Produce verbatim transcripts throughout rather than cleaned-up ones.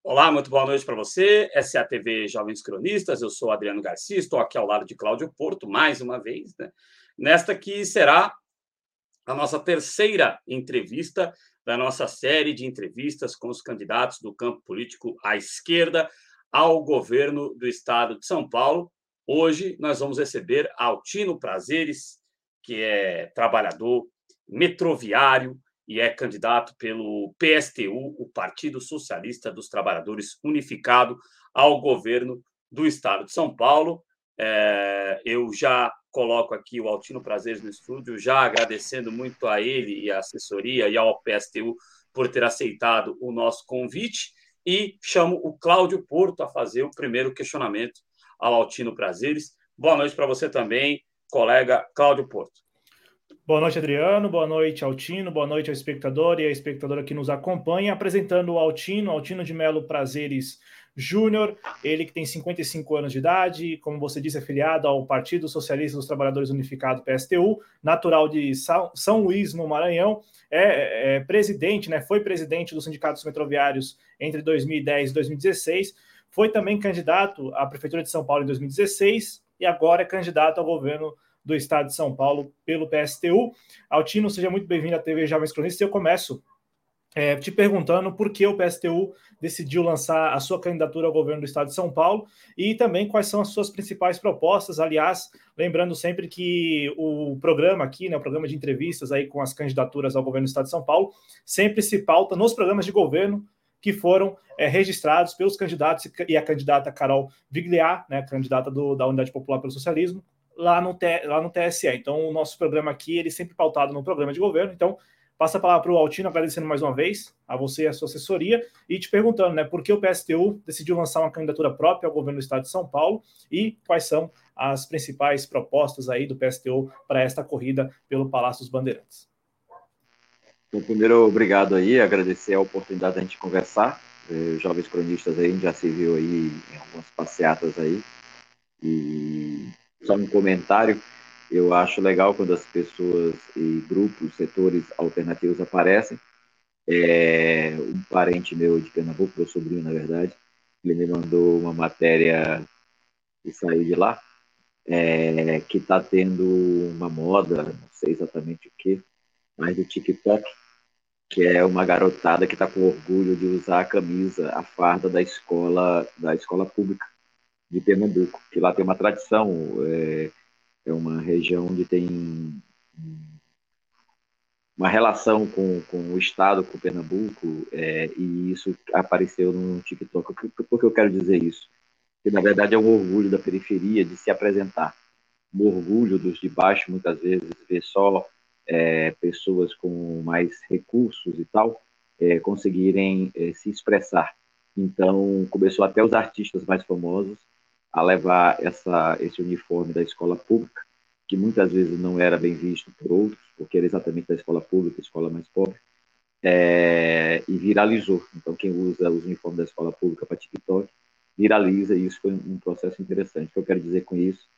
Olá, muito boa noite para você. Essa é a T V Jovens Cronistas. Eu sou Adriano Garcia, estou aqui ao lado de Cláudio Porto, mais uma vez, né? Nesta que será a nossa terceira entrevista da nossa série de entrevistas com os candidatos do campo político à esquerda ao governo do estado de São Paulo. Hoje nós vamos receber Altino Prazeres, que é trabalhador metroviário e é candidato pelo P S T U, o Partido Socialista dos Trabalhadores Unificado, ao governo do estado de São Paulo. É, eu já coloco aqui o Altino Prazeres no estúdio, já agradecendo muito a ele e a assessoria e ao P S T U por ter aceitado o nosso convite, e chamo o Cláudio Porto a fazer o primeiro questionamento ao Altino Prazeres. Boa noite para você também, colega Cláudio Porto. Boa noite, Adriano. Boa noite, Altino. Boa noite ao espectador e à espectadora que nos acompanha. Apresentando o Altino, Altino de Melo Prazeres Júnior, ele que tem cinquenta e cinco anos de idade, como você disse, afiliado ao Partido Socialista dos Trabalhadores Unificado, P S T U, natural de São Luís, no Maranhão, é, é presidente, né, foi presidente dos sindicatos metroviários entre dois mil e dez e dois mil e dezesseis, foi também candidato à Prefeitura de São Paulo em dois mil e dezesseis e agora é candidato ao governo do estado de São Paulo pelo P S T U. Altino, seja muito bem-vindo à T V Jovens Cronistas. Eu começo é, te perguntando por que o P S T U decidiu lançar a sua candidatura ao governo do estado de São Paulo e também quais são as suas principais propostas. Aliás, lembrando sempre que o programa aqui, né, o programa de entrevistas aí com as candidaturas ao governo do estado de São Paulo, sempre se pauta nos programas de governo que foram é, registrados pelos candidatos e a candidata Carol Vigliar, né, candidata do, da Unidade Popular pelo Socialismo, lá no, lá no T S E. Então, o nosso programa aqui, ele é sempre pautado no programa de governo. Então, passa a palavra para o Altino, agradecendo mais uma vez a você e a sua assessoria, e te perguntando, né, por que o P S T U decidiu lançar uma candidatura própria ao governo do estado de São Paulo e quais são as principais propostas aí do P S T U para esta corrida pelo Palácio dos Bandeirantes. Então, primeiro, obrigado aí, agradecer a oportunidade da gente conversar. Os Jovens Cronistas aí, a gente já se viu aí em algumas passeatas aí. E só um comentário, eu acho legal quando as pessoas e grupos, setores alternativos aparecem. É, um parente meu de Pernambuco, meu sobrinho, na verdade, ele me mandou uma matéria que saiu de lá, é, que está tendo uma moda, não sei exatamente o que, mas do TikTok, que é uma garotada que está com orgulho de usar a camisa, a farda da escola, da escola pública de Pernambuco, que lá tem uma tradição, é, é uma região onde tem uma relação com, com o estado, com Pernambuco, é, e isso apareceu no TikTok. Por que eu quero dizer isso? Que, na verdade, é um orgulho da periferia de se apresentar. Um orgulho dos de baixo, muitas vezes, ver só é, pessoas com mais recursos e tal, é, conseguirem é, se expressar. Então, começou até os artistas mais famosos a levar essa, esse uniforme da escola pública, que muitas vezes não era bem visto por outros, porque era exatamente da escola pública, escola mais pobre, é, e viralizou. Então, quem usa os uniformes da escola pública para TikTok viraliza, e isso foi um processo interessante. O que eu quero dizer com isso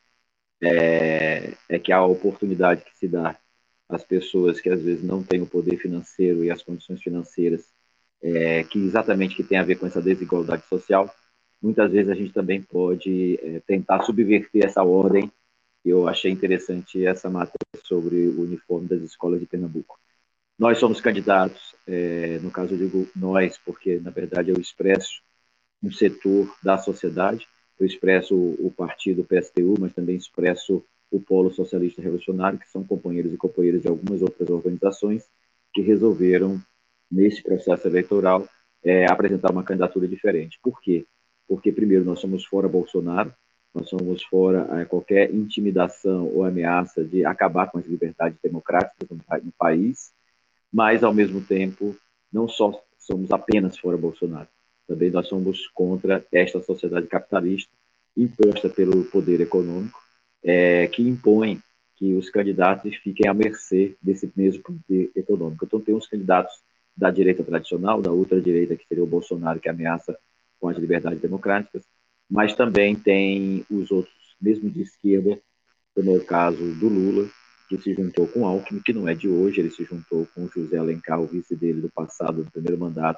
é, é que a oportunidade que se dá às pessoas que às vezes não têm o poder financeiro e as condições financeiras, é, que exatamente que tem a ver com essa desigualdade social, muitas vezes a gente também pode é, tentar subverter essa ordem. Eu achei interessante essa matéria sobre o uniforme das escolas de Pernambuco. Nós somos candidatos, é, no caso eu digo nós, porque na verdade eu expresso um setor da sociedade, eu expresso o partido P S T U, mas também expresso o Polo Socialista Revolucionário, que são companheiros e companheiras de algumas outras organizações que resolveram, nesse processo eleitoral, é, apresentar uma candidatura diferente. Por quê? Porque, primeiro, nós somos fora Bolsonaro, nós somos fora é, qualquer intimidação ou ameaça de acabar com as liberdades democráticas no, no país, mas, ao mesmo tempo, não só somos apenas fora Bolsonaro, também nós somos contra esta sociedade capitalista imposta pelo poder econômico, é, que impõe que os candidatos fiquem à mercê desse mesmo poder econômico. Então, tem os candidatos da direita tradicional, da ultradireita, que seria o Bolsonaro, que ameaça com as liberdades democráticas, mas também tem os outros, mesmo de esquerda, como é o caso do Lula, que se juntou com Alckmin, que não é de hoje, ele se juntou com José Alencar, o vice dele do passado, do primeiro mandato,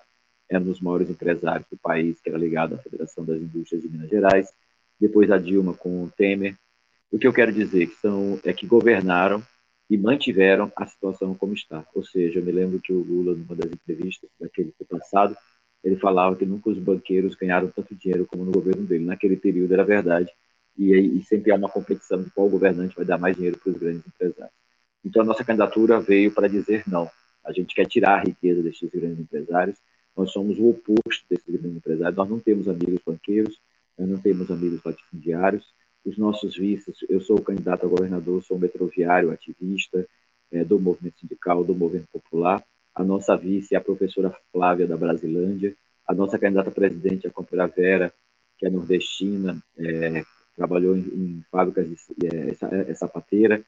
era um dos maiores empresários do país, que era ligado à Federação das Indústrias de Minas Gerais, depois a Dilma com o Temer. O que eu quero dizer que são, é que governaram e mantiveram a situação como está. Ou seja, eu me lembro que o Lula, numa das entrevistas daquele passado, ele falava que nunca os banqueiros ganharam tanto dinheiro como no governo dele. Naquele período era verdade, e, e sempre há uma competição de qual governante vai dar mais dinheiro para os grandes empresários. Então, a nossa candidatura veio para dizer não. A gente quer tirar a riqueza desses grandes empresários, nós somos o oposto desses grandes empresários, nós não temos amigos banqueiros, nós não temos amigos latifundiários, os nossos vices, eu sou o candidato a governador, sou um metroviário, ativista, é, do movimento sindical, do movimento popular. A nossa vice é a professora Flávia da Brasilândia. A nossa candidata a presidente é a companheira Vera, que é nordestina, é, trabalhou em, em fábricas de é, é, sapateira.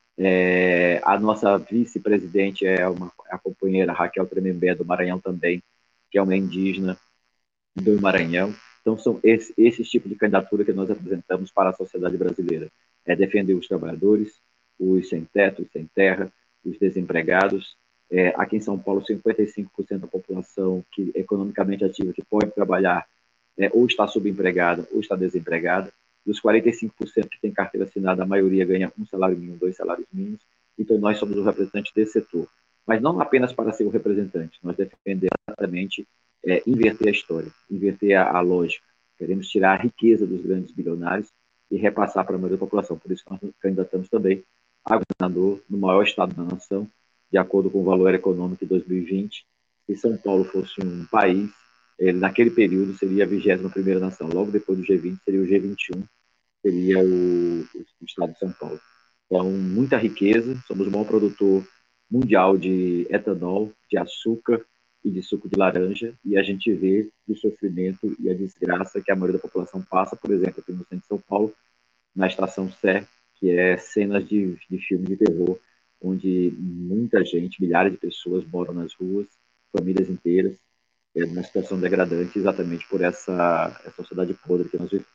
É, a nossa vice-presidente é uma, a companheira Raquel Tremembé, do Maranhão também, que é uma indígena do Maranhão. Então, são esse, esse tipo de candidatura que nós apresentamos para a sociedade brasileira. É defender os trabalhadores, os sem teto, os sem terra, os desempregados. É, aqui em São Paulo, cinquenta e cinco por cento da população que economicamente ativa, que pode trabalhar, é, ou está subempregada ou está desempregada. Dos quarenta e cinco por cento que tem carteira assinada, a maioria ganha um salário mínimo, dois salários mínimos. Então, nós somos os representantes desse setor. Mas não apenas para ser o representante, nós defendemos exatamente É, inverter a história, inverter a, a lógica. Queremos tirar a riqueza dos grandes bilionários e repassar para a maioria da população. Por isso que nós candidatamos também a governador no maior estado da nação, de acordo com o valor econômico de dois mil e vinte. Se São Paulo fosse um país, ele, naquele período seria a vigésima primeira nação. Logo depois do G vinte, seria o G vinte e um, seria o, o estado de São Paulo. Então, muita riqueza, somos o maior produtor mundial de etanol, de açúcar e de suco de laranja, e a gente vê o sofrimento e a desgraça que a maioria da população passa, por exemplo, aqui no centro de São Paulo, na Estação Sé, que é cenas de, de filme de terror, onde muita gente, milhares de pessoas moram nas ruas, famílias inteiras, é uma situação degradante exatamente por essa, essa sociedade podre que nós vivemos.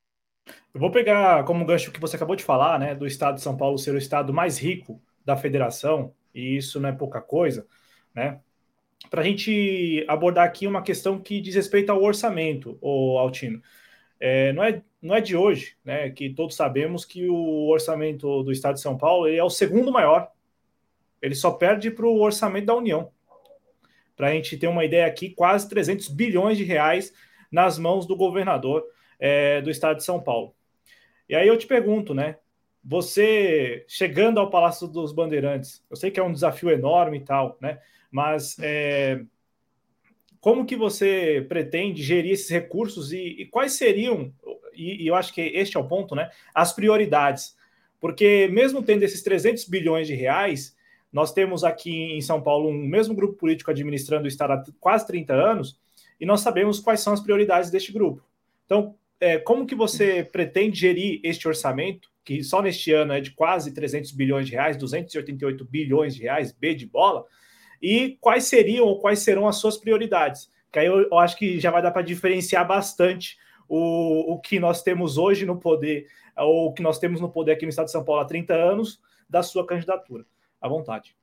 Eu vou pegar como gancho o que você acabou de falar, né, do estado de São Paulo ser o estado mais rico da federação, e isso não é pouca coisa, né? Para a gente abordar aqui uma questão que diz respeito ao orçamento, o Altino. É, não, é, não é de hoje, né, que todos sabemos que o orçamento do estado de São Paulo ele é o segundo maior. Ele só perde para o orçamento da União. Para a gente ter uma ideia aqui, quase trezentos bilhões de reais nas mãos do governador é, do estado de São Paulo. E aí eu te pergunto, né? Você chegando ao Palácio dos Bandeirantes, eu sei que é um desafio enorme e tal, né? Mas é, como que você pretende gerir esses recursos e, e quais seriam, e, e eu acho que este é o ponto, né? As prioridades. Porque mesmo tendo esses trezentos bilhões de reais, nós temos aqui em São Paulo um mesmo grupo político administrando o estado há quase trinta anos e nós sabemos quais são as prioridades deste grupo. Então, é, como que você pretende gerir este orçamento, que só neste ano é de quase trezentos bilhões de reais, duzentos e oitenta e oito bilhões de reais, B de bola, e quais seriam ou quais serão as suas prioridades? Que aí eu, eu acho que já vai dar para diferenciar bastante o, o que nós temos hoje no poder, ou o que nós temos no poder aqui no estado de São Paulo há trinta anos, da sua candidatura. À vontade.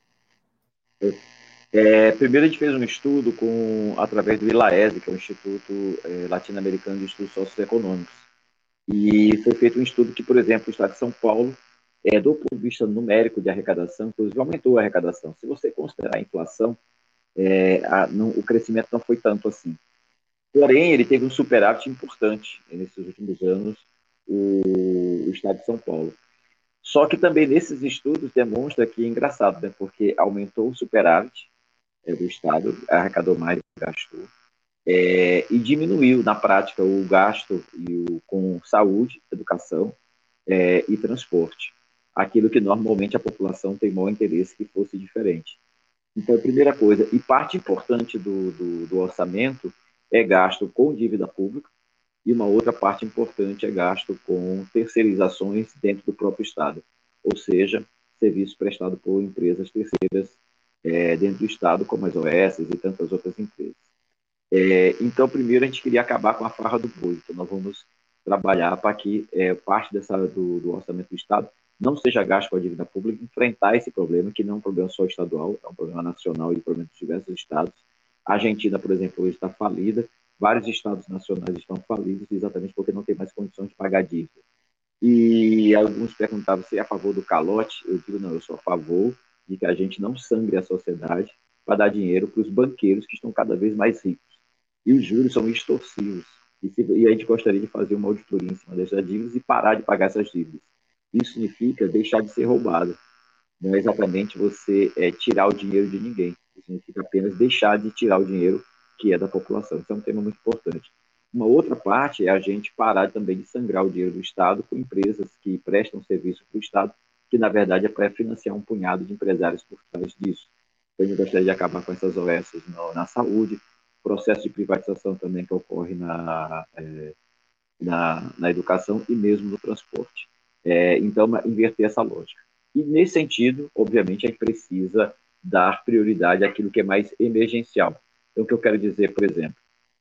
É, primeiro a gente fez um estudo com, através do ILAESE, que é o Instituto é, Latino-Americano de Estudos Socioeconômicos. E foi feito um estudo que, por exemplo, o estado de São Paulo, é, do ponto de vista numérico de arrecadação, inclusive aumentou a arrecadação. Se você considerar a inflação, é, a, não, o crescimento não foi tanto assim. Porém, ele teve um superávit importante nesses últimos anos, o, o estado de São Paulo. Só que também nesses estudos demonstra que é engraçado, né? Porque aumentou o superávit é, do Estado, arrecadou mais, gastou, é, e diminuiu, na prática, o gasto e o, com saúde, educação é, e transporte. Aquilo que normalmente a população tem maior interesse que fosse diferente. Então, a primeira coisa, e parte importante do, do, do orçamento é gasto com dívida pública, e uma outra parte importante é gasto com terceirizações dentro do próprio Estado, ou seja, serviço prestado por empresas terceiras é, dentro do Estado, como as O S e tantas outras empresas. É, então, primeiro, a gente queria acabar com a farra do boi, então nós vamos trabalhar para que é, parte dessa, do, do orçamento do Estado não seja gasto com a dívida pública, enfrentar esse problema, que não é um problema só estadual, é um problema nacional e um problema dos diversos estados, A Argentina, por exemplo, hoje está falida, vários estados nacionais estão falidos exatamente porque não tem mais condições de pagar dívida. E alguns perguntavam se é a favor do calote. Eu digo, não, eu sou a favor de que a gente não sangre a sociedade para dar dinheiro para os banqueiros que estão cada vez mais ricos. E os juros são extorsivos. E, se, e a gente gostaria de fazer uma auditoria em cima dessas dívidas e parar de pagar essas dívidas. Isso significa deixar de ser roubado. Não é exatamente você é, tirar o dinheiro de ninguém. Isso significa apenas deixar de tirar o dinheiro que é da população. Isso é um tema muito importante. Uma outra parte é a gente parar também de sangrar o dinheiro do Estado com empresas que prestam serviço para o Estado, que na verdade é para financiar um punhado de empresários por trás disso. Então, a gente gostaria de acabar com essas O S na, na saúde, processo de privatização também que ocorre na, é, na, na educação e mesmo no transporte. É, então, inverter essa lógica. E, nesse sentido, obviamente, a gente precisa dar prioridade àquilo que é mais emergencial. Então, o que eu quero dizer, por exemplo,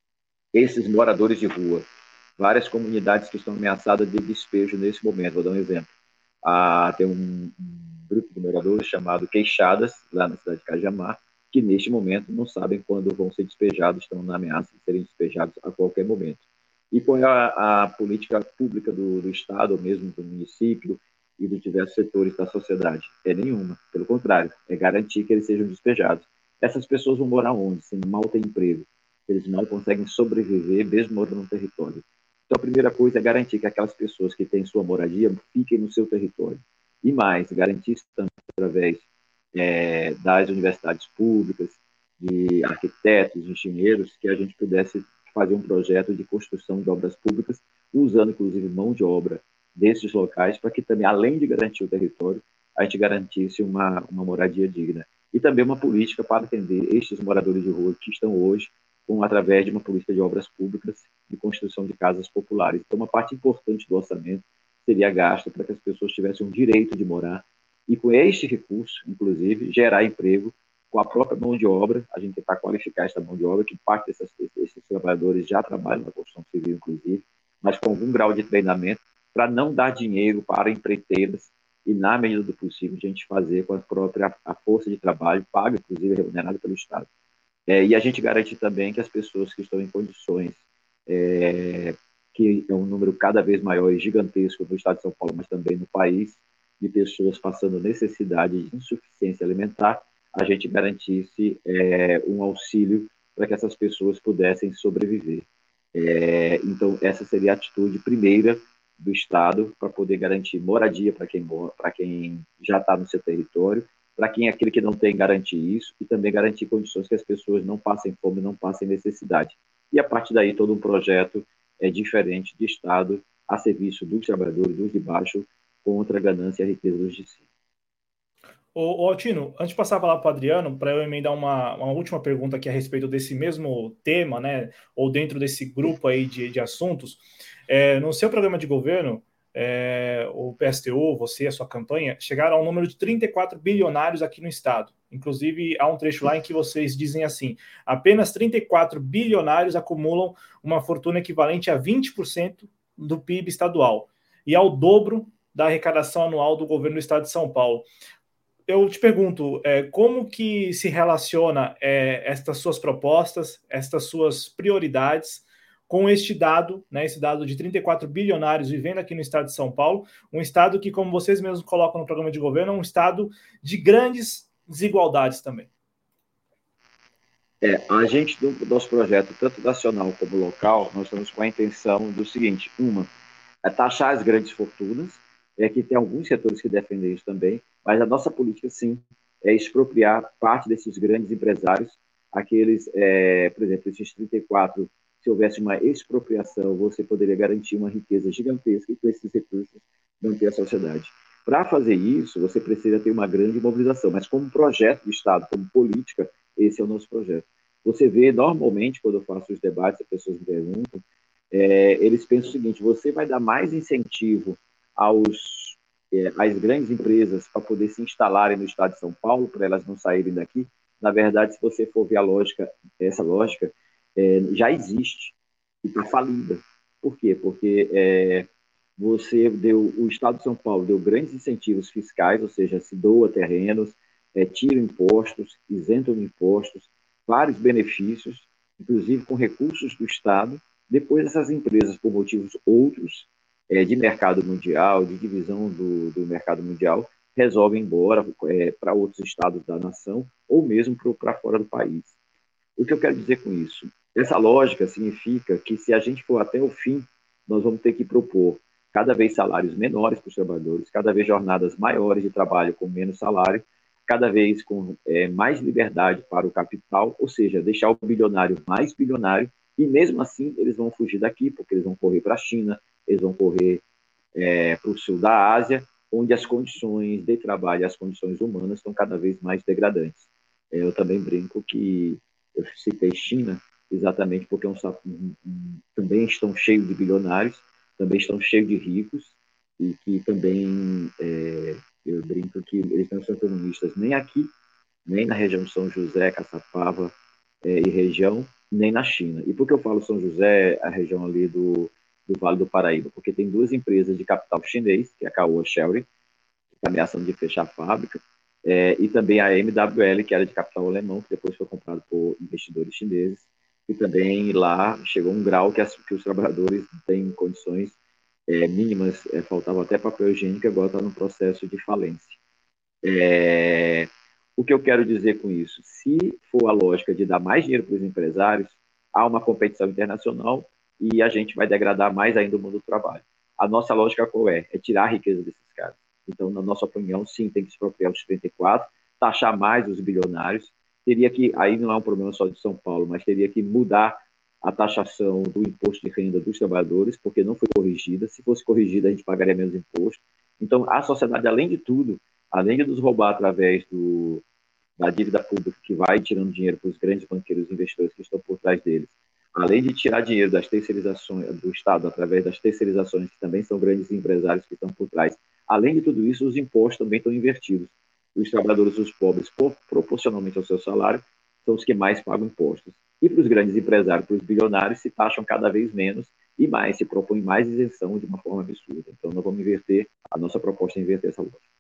esses moradores de rua, várias comunidades que estão ameaçadas de despejo nesse momento. Vou dar um exemplo. Ah, tem um, um grupo de moradores chamado Queixadas, lá na cidade de Cajamar, que neste momento não sabem quando vão ser despejados, estão na ameaça de serem despejados a qualquer momento. E qual é a, a política pública do, do Estado, ou mesmo do município e dos diversos setores da sociedade? É nenhuma. Pelo contrário, é garantir que eles sejam despejados. Essas pessoas vão morar onde? Se mal tem emprego. Eles mal conseguem sobreviver mesmo morando no território. Então, a primeira coisa é garantir que aquelas pessoas que têm sua moradia fiquem no seu território. E mais, garantir isso também através é, das universidades públicas, de arquitetos, engenheiros, que a gente pudesse fazer um projeto de construção de obras públicas, usando, inclusive, mão de obra desses locais, para que também, além de garantir o território, a gente garantisse uma, uma moradia digna. E também uma política para atender estes moradores de rua que estão hoje com, através de uma política de obras públicas de construção de casas populares. Então, uma parte importante do orçamento seria gasta para que as pessoas tivessem o direito de morar e, com este recurso, inclusive, gerar emprego com a própria mão de obra. A gente tentar qualificar essa mão de obra, que parte desses, desses trabalhadores já trabalham na construção civil, inclusive, mas com algum grau de treinamento, para não dar dinheiro para empreiteiras e, na medida do possível, a gente fazer com a própria a força de trabalho, paga, inclusive, remunerada pelo Estado. É, e a gente garante também que as pessoas que estão em condições, é, que é um número cada vez maior e gigantesco no estado de São Paulo, mas também no país, de pessoas passando necessidade de insuficiência alimentar, a gente garantisse é, um auxílio para que essas pessoas pudessem sobreviver. É, então, essa seria a atitude primeira do Estado para poder garantir moradia para quem, para quem já está no seu território, para quem é aquele que não tem, garantir isso, e também garantir condições que as pessoas não passem fome, não passem necessidade. E, a partir daí, todo um projeto é diferente de Estado a serviço dos trabalhadores, dos de baixo, contra a ganância e a riqueza dos de cima. Ô, ô Altino, antes de passar a palavra para o Adriano, para eu emendar uma, uma última pergunta aqui a respeito desse mesmo tema, né, ou dentro desse grupo aí de, de assuntos, é, no seu programa de governo, é, o P S T U, você e a sua campanha, chegaram a um número de trinta e quatro bilionários aqui no estado. Inclusive, há um trecho lá em que vocês dizem assim, apenas trinta e quatro bilionários acumulam uma fortuna equivalente a vinte por cento do P I B estadual, e ao dobro da arrecadação anual do governo do estado de São Paulo. Eu te pergunto, é, como que se relaciona é, estas suas propostas, estas suas prioridades com este dado, né, esse dado de trinta e quatro bilionários vivendo aqui no estado de São Paulo, um estado que, como vocês mesmos colocam no programa de governo, é um estado de grandes desigualdades também. É, a gente, do nosso projeto, tanto nacional como local, nós estamos com a intenção do seguinte: uma, é taxar as grandes fortunas, é que tem alguns setores que defendem isso também, mas a nossa política, sim, é expropriar parte desses grandes empresários, aqueles, é, por exemplo, esses trinta e quatro, se houvesse uma expropriação, você poderia garantir uma riqueza gigantesca e com esses recursos manter a sociedade. Para fazer isso, você precisa ter uma grande mobilização, mas como projeto de Estado, como política, esse é o nosso projeto. Você vê, normalmente, quando eu faço os debates, as pessoas me perguntam, é, eles pensam o seguinte: você vai dar mais incentivo aos, é, às grandes empresas para poder se instalarem no estado de São Paulo, para elas não saírem daqui. Na verdade, se você for ver a lógica, essa lógica é, já existe e está falida. Por quê? Porque é, você deu, o estado de São Paulo deu grandes incentivos fiscais, ou seja, se doa terrenos, é, tira impostos, isenta impostos, vários benefícios, inclusive com recursos do Estado. Depois, essas empresas, por motivos outros, é, de mercado mundial, de divisão do, do mercado mundial, resolvem ir embora é, para outros estados da nação ou mesmo para fora do país. O que eu quero dizer com isso? Essa lógica significa que, se a gente for até o fim, nós vamos ter que propor cada vez salários menores para os trabalhadores, cada vez jornadas maiores de trabalho com menos salário, cada vez com é, mais liberdade para o capital, ou seja, deixar o bilionário mais bilionário, e mesmo assim eles vão fugir daqui, porque eles vão correr para a China, eles vão correr é, para o sul da Ásia, onde as condições de trabalho e as condições humanas estão cada vez mais degradantes. É, eu também brinco que eu citei China exatamente porque é um, um, um, também estão cheios de bilionários, também estão cheios de ricos, e que também, é, eu brinco que eles não são comunistas nem aqui, nem na região de São José, Caçapava é, e região, nem na China. E por que eu falo São José, a região ali do, do Vale do Paraíba? Porque tem duas empresas de capital chinês, que é a Caoa Sherry, que está ameaçando de fechar a fábrica, é, e também a M W L, que era de capital alemão, que depois foi comprado por investidores chineses, e também lá chegou um grau que, as, que os trabalhadores têm condições é, mínimas, é, faltava até papel higiênico, agora está no processo de falência. É, o que eu quero dizer com isso? Se for a lógica de dar mais dinheiro para os empresários, há uma competição internacional e a gente vai degradar mais ainda o mundo do trabalho. A nossa lógica qual é? É tirar a riqueza desses caras. Então, na nossa opinião, sim, tem que expropriar os trinta e quatro, taxar mais os bilionários. Teria que, aí não é um problema só de São Paulo, mas teria que mudar a taxação do imposto de renda dos trabalhadores, porque não foi corrigida. Se fosse corrigida, a gente pagaria menos imposto. Então, a sociedade, além de tudo, além de nos roubar através do, da dívida pública, que vai tirando dinheiro para os grandes banqueiros e investidores que estão por trás deles, além de tirar dinheiro das terceirizações do Estado, através das terceirizações, que também são grandes empresários que estão por trás, além de tudo isso, os impostos também estão invertidos. Os trabalhadores, os pobres, proporcionalmente ao seu salário, são os que mais pagam impostos. E para os grandes empresários, para os bilionários, se taxam cada vez menos e mais, se propõe mais isenção de uma forma absurda. Então, nós vamos inverter, a nossa proposta é inverter essa lógica.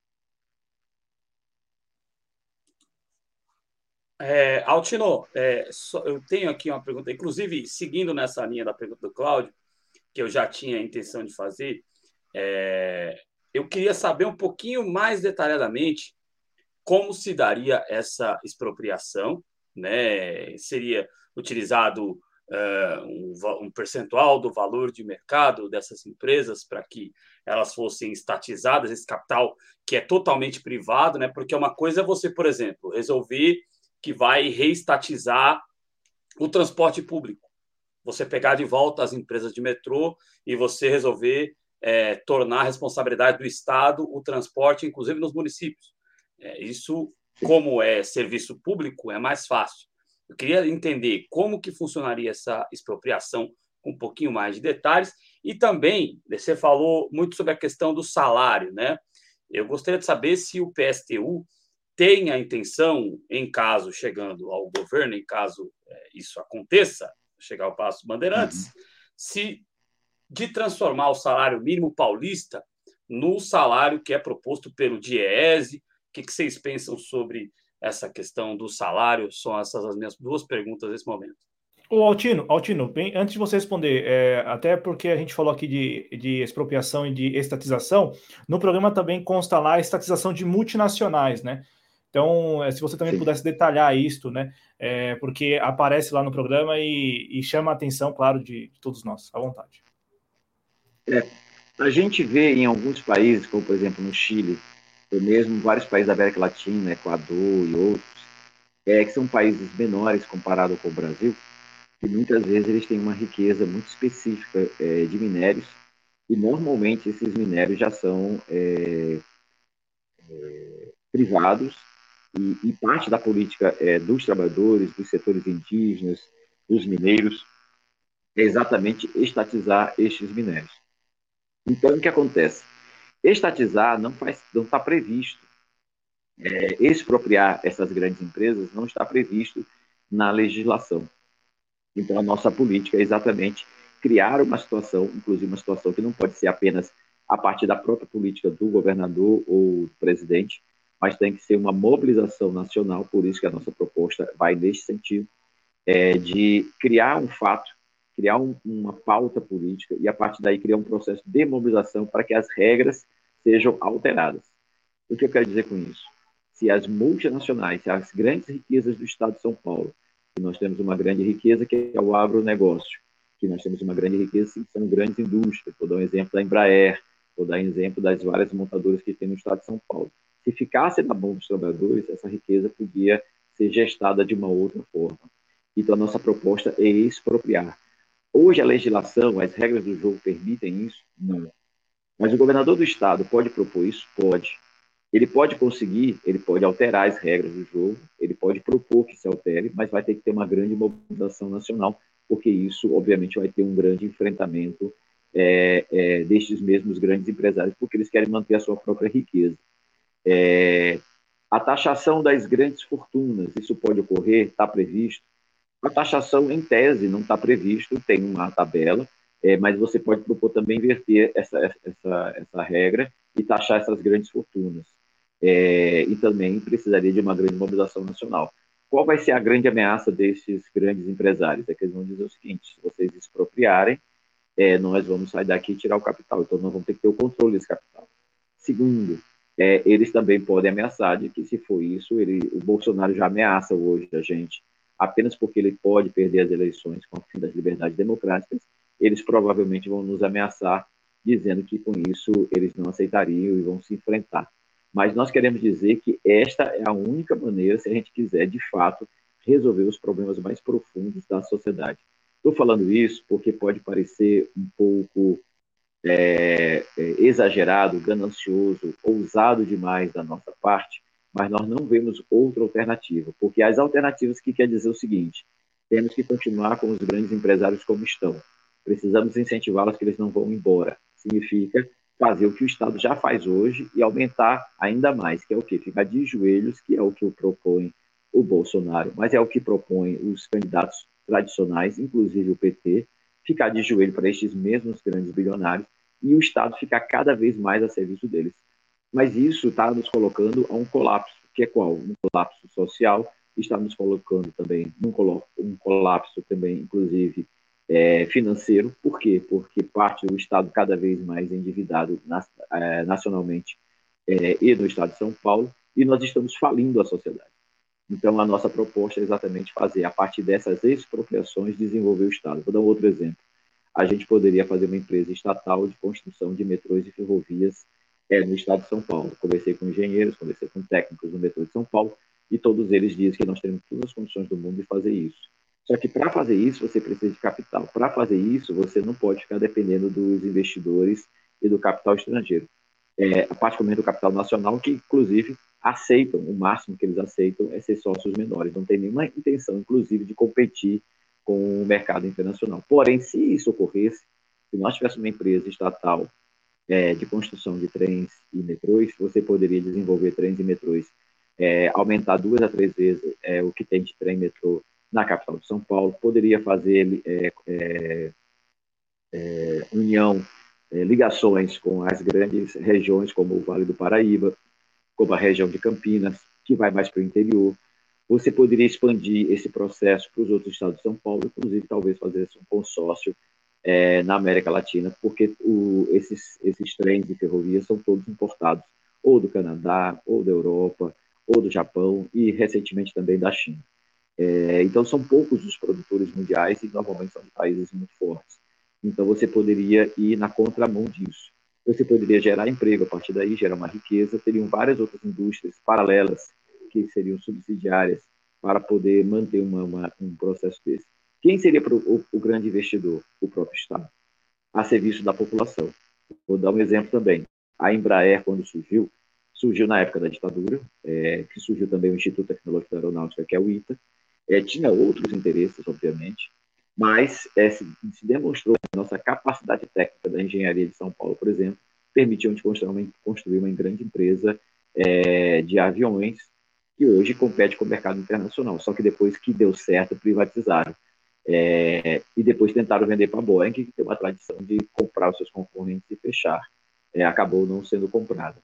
É, Altino, é, só, eu tenho aqui uma pergunta, inclusive seguindo nessa linha da pergunta do Cláudio, que eu já tinha a intenção de fazer, é, eu queria saber um pouquinho mais detalhadamente como se daria essa expropriação, né? Seria utilizado uh, um, um percentual do valor de mercado dessas empresas para que elas fossem estatizadas, esse capital que é totalmente privado, né? Porque uma coisa é você, por exemplo, resolver que vai reestatizar o transporte público, você pegar de volta as empresas de metrô e você resolver é, tornar a responsabilidade do Estado o transporte, inclusive nos municípios. É, isso, como é serviço público, é mais fácil. Eu queria entender como que funcionaria essa expropriação com um pouquinho mais de detalhes. E também, você falou muito sobre a questão do salário, né? Eu gostaria de saber se o P S T U tem a intenção, em caso chegando ao governo, em caso é, isso aconteça, chegar ao Palácio Bandeirantes, uhum. se de transformar o salário mínimo paulista no salário que é proposto pelo DIEESE. O que, que vocês pensam sobre essa questão do salário? São essas as minhas duas perguntas nesse momento. Ô, Altino, Altino, bem, antes de você responder, é, até porque a gente falou aqui de, de expropriação e de estatização, no programa também consta lá a estatização de multinacionais, né? Então, se você também Sim. pudesse detalhar isto, né? É, porque aparece lá no programa e, e chama a atenção, claro, de, de todos nós. À vontade. É, a gente vê em alguns países, como por exemplo no Chile, ou mesmo vários países da América Latina, Equador e outros, é, que são países menores comparado com o Brasil, que muitas vezes eles têm uma riqueza muito específica é, de minérios, e normalmente esses minérios já são é, é, privados, e, e parte da política é, dos trabalhadores, dos setores indígenas, dos mineiros, é exatamente estatizar estes minérios. Então, o que acontece? Estatizar não faz, não está previsto. É, expropriar essas grandes empresas não está previsto na legislação. Então, a nossa política é exatamente criar uma situação, inclusive uma situação que não pode ser apenas a partir da própria política do governador ou do presidente, mas tem que ser uma mobilização nacional, por isso que a nossa proposta vai nesse sentido, é, de criar um fato, criar um, uma pauta política e, a partir daí, criar um processo de mobilização para que as regras sejam alteradas. O que eu quero dizer com isso? Se as multinacionais, se as grandes riquezas do Estado de São Paulo, que nós temos uma grande riqueza que é o agronegócio, que nós temos uma grande riqueza que são grandes indústrias, vou dar um exemplo da Embraer, vou dar um exemplo das várias montadoras que tem no Estado de São Paulo. Se ficasse na mão dos trabalhadores, essa riqueza podia ser gestada de uma outra forma. Então, a nossa proposta é expropriar. Hoje, a legislação, as regras do jogo permitem isso? Não. Mas o governador do Estado pode propor isso? Pode. Ele pode conseguir, ele pode alterar as regras do jogo, ele pode propor que se altere, mas vai ter que ter uma grande mobilização nacional, porque isso, obviamente, vai ter um grande enfrentamento é, é, destes mesmos grandes empresários, porque eles querem manter a sua própria riqueza. É, a taxação das grandes fortunas, isso pode ocorrer, está previsto. A taxação, em tese, não está previsto, tem uma tabela, é, mas você pode propor também inverter essa, essa, essa regra e taxar essas grandes fortunas. É, e também precisaria de uma grande mobilização nacional. Qual vai ser a grande ameaça desses grandes empresários? É que eles vão dizer o seguinte: se vocês expropriarem, é, nós vamos sair daqui e tirar o capital, então nós vamos ter que ter o controle desse capital. Segundo, é, eles também podem ameaçar de que, se for isso, ele, o Bolsonaro já ameaça hoje a gente, apenas porque ele pode perder as eleições com o fim das liberdades democráticas, eles provavelmente vão nos ameaçar, dizendo que, com isso, eles não aceitariam e vão se enfrentar. Mas nós queremos dizer que esta é a única maneira, se a gente quiser, de fato, resolver os problemas mais profundos da sociedade. Estou falando isso porque pode parecer um pouco é, é, exagerado, ganancioso, ousado demais da nossa parte, mas nós não vemos outra alternativa, porque as alternativas que quer dizer o seguinte: temos que continuar com os grandes empresários como estão, precisamos incentivá-los, que eles não vão embora. Significa fazer o que o Estado já faz hoje e aumentar ainda mais, que é o quê? Ficar de joelhos, que é o que propõe o Bolsonaro, mas é o que propõe os candidatos tradicionais, inclusive o P T, ficar de joelho para estes mesmos grandes bilionários e o Estado ficar cada vez mais a serviço deles. Mas isso está nos colocando a um colapso, que é qual? Um colapso social, está nos colocando também num um colapso também, inclusive, é, financeiro. Por quê? Porque parte do Estado cada vez mais endividado é, nacionalmente é, e no Estado de São Paulo, e nós estamos falindo a sociedade. Então, a nossa proposta é exatamente fazer, a partir dessas expropriações, desenvolver o Estado. Vou dar um outro exemplo. A gente poderia fazer uma empresa estatal de construção de metrôs e ferrovias é, no Estado de São Paulo. Conversei com engenheiros, conversei com técnicos do metrô de São Paulo, e todos eles dizem que nós temos todas as condições do mundo de fazer isso. Só que, para fazer isso, você precisa de capital. Para fazer isso, você não pode ficar dependendo dos investidores e do capital estrangeiro. É, particularmente do capital nacional, que, inclusive, aceitam, o máximo que eles aceitam é ser sócios menores. Não tem nenhuma intenção, inclusive, de competir com o mercado internacional. Porém, se isso ocorresse, se nós tivéssemos uma empresa estatal é, de construção de trens e metrôs, você poderia desenvolver trens e metrôs, é, aumentar duas a três vezes é, o que tem de trem e metrô na capital de São Paulo, poderia fazer é, é, é, união, é, ligações com as grandes regiões, como o Vale do Paraíba, como a região de Campinas, que vai mais para o interior. Você poderia expandir esse processo para os outros estados de São Paulo, inclusive talvez fazer um consórcio é, na América Latina, porque o, esses, esses trens e ferrovias são todos importados ou do Canadá, ou da Europa, ou do Japão e recentemente também da China. É, então são poucos os produtores mundiais e normalmente são de países muito fortes. Então você poderia ir na contramão disso. Você poderia gerar emprego a partir daí, gerar uma riqueza, teriam várias outras indústrias paralelas que seriam subsidiárias para poder manter uma, uma, um processo desse. Quem seria o, o grande investidor? O próprio Estado, a serviço da população. Vou dar um exemplo também. A Embraer, quando surgiu, surgiu na época da ditadura, é, que surgiu também o Instituto Tecnológico da Aeronáutica, que é o ITA. É, tinha outros interesses, obviamente, mas é, se, se demonstrou que a nossa capacidade técnica da engenharia de São Paulo, por exemplo, permitiu a gente construir uma, construir uma grande empresa é, de aviões que hoje compete com o mercado internacional. Só que depois que deu certo, privatizaram. É, e depois tentaram vender para a Boeing, que tem uma tradição de comprar os seus concorrentes e fechar. É, acabou não sendo comprada.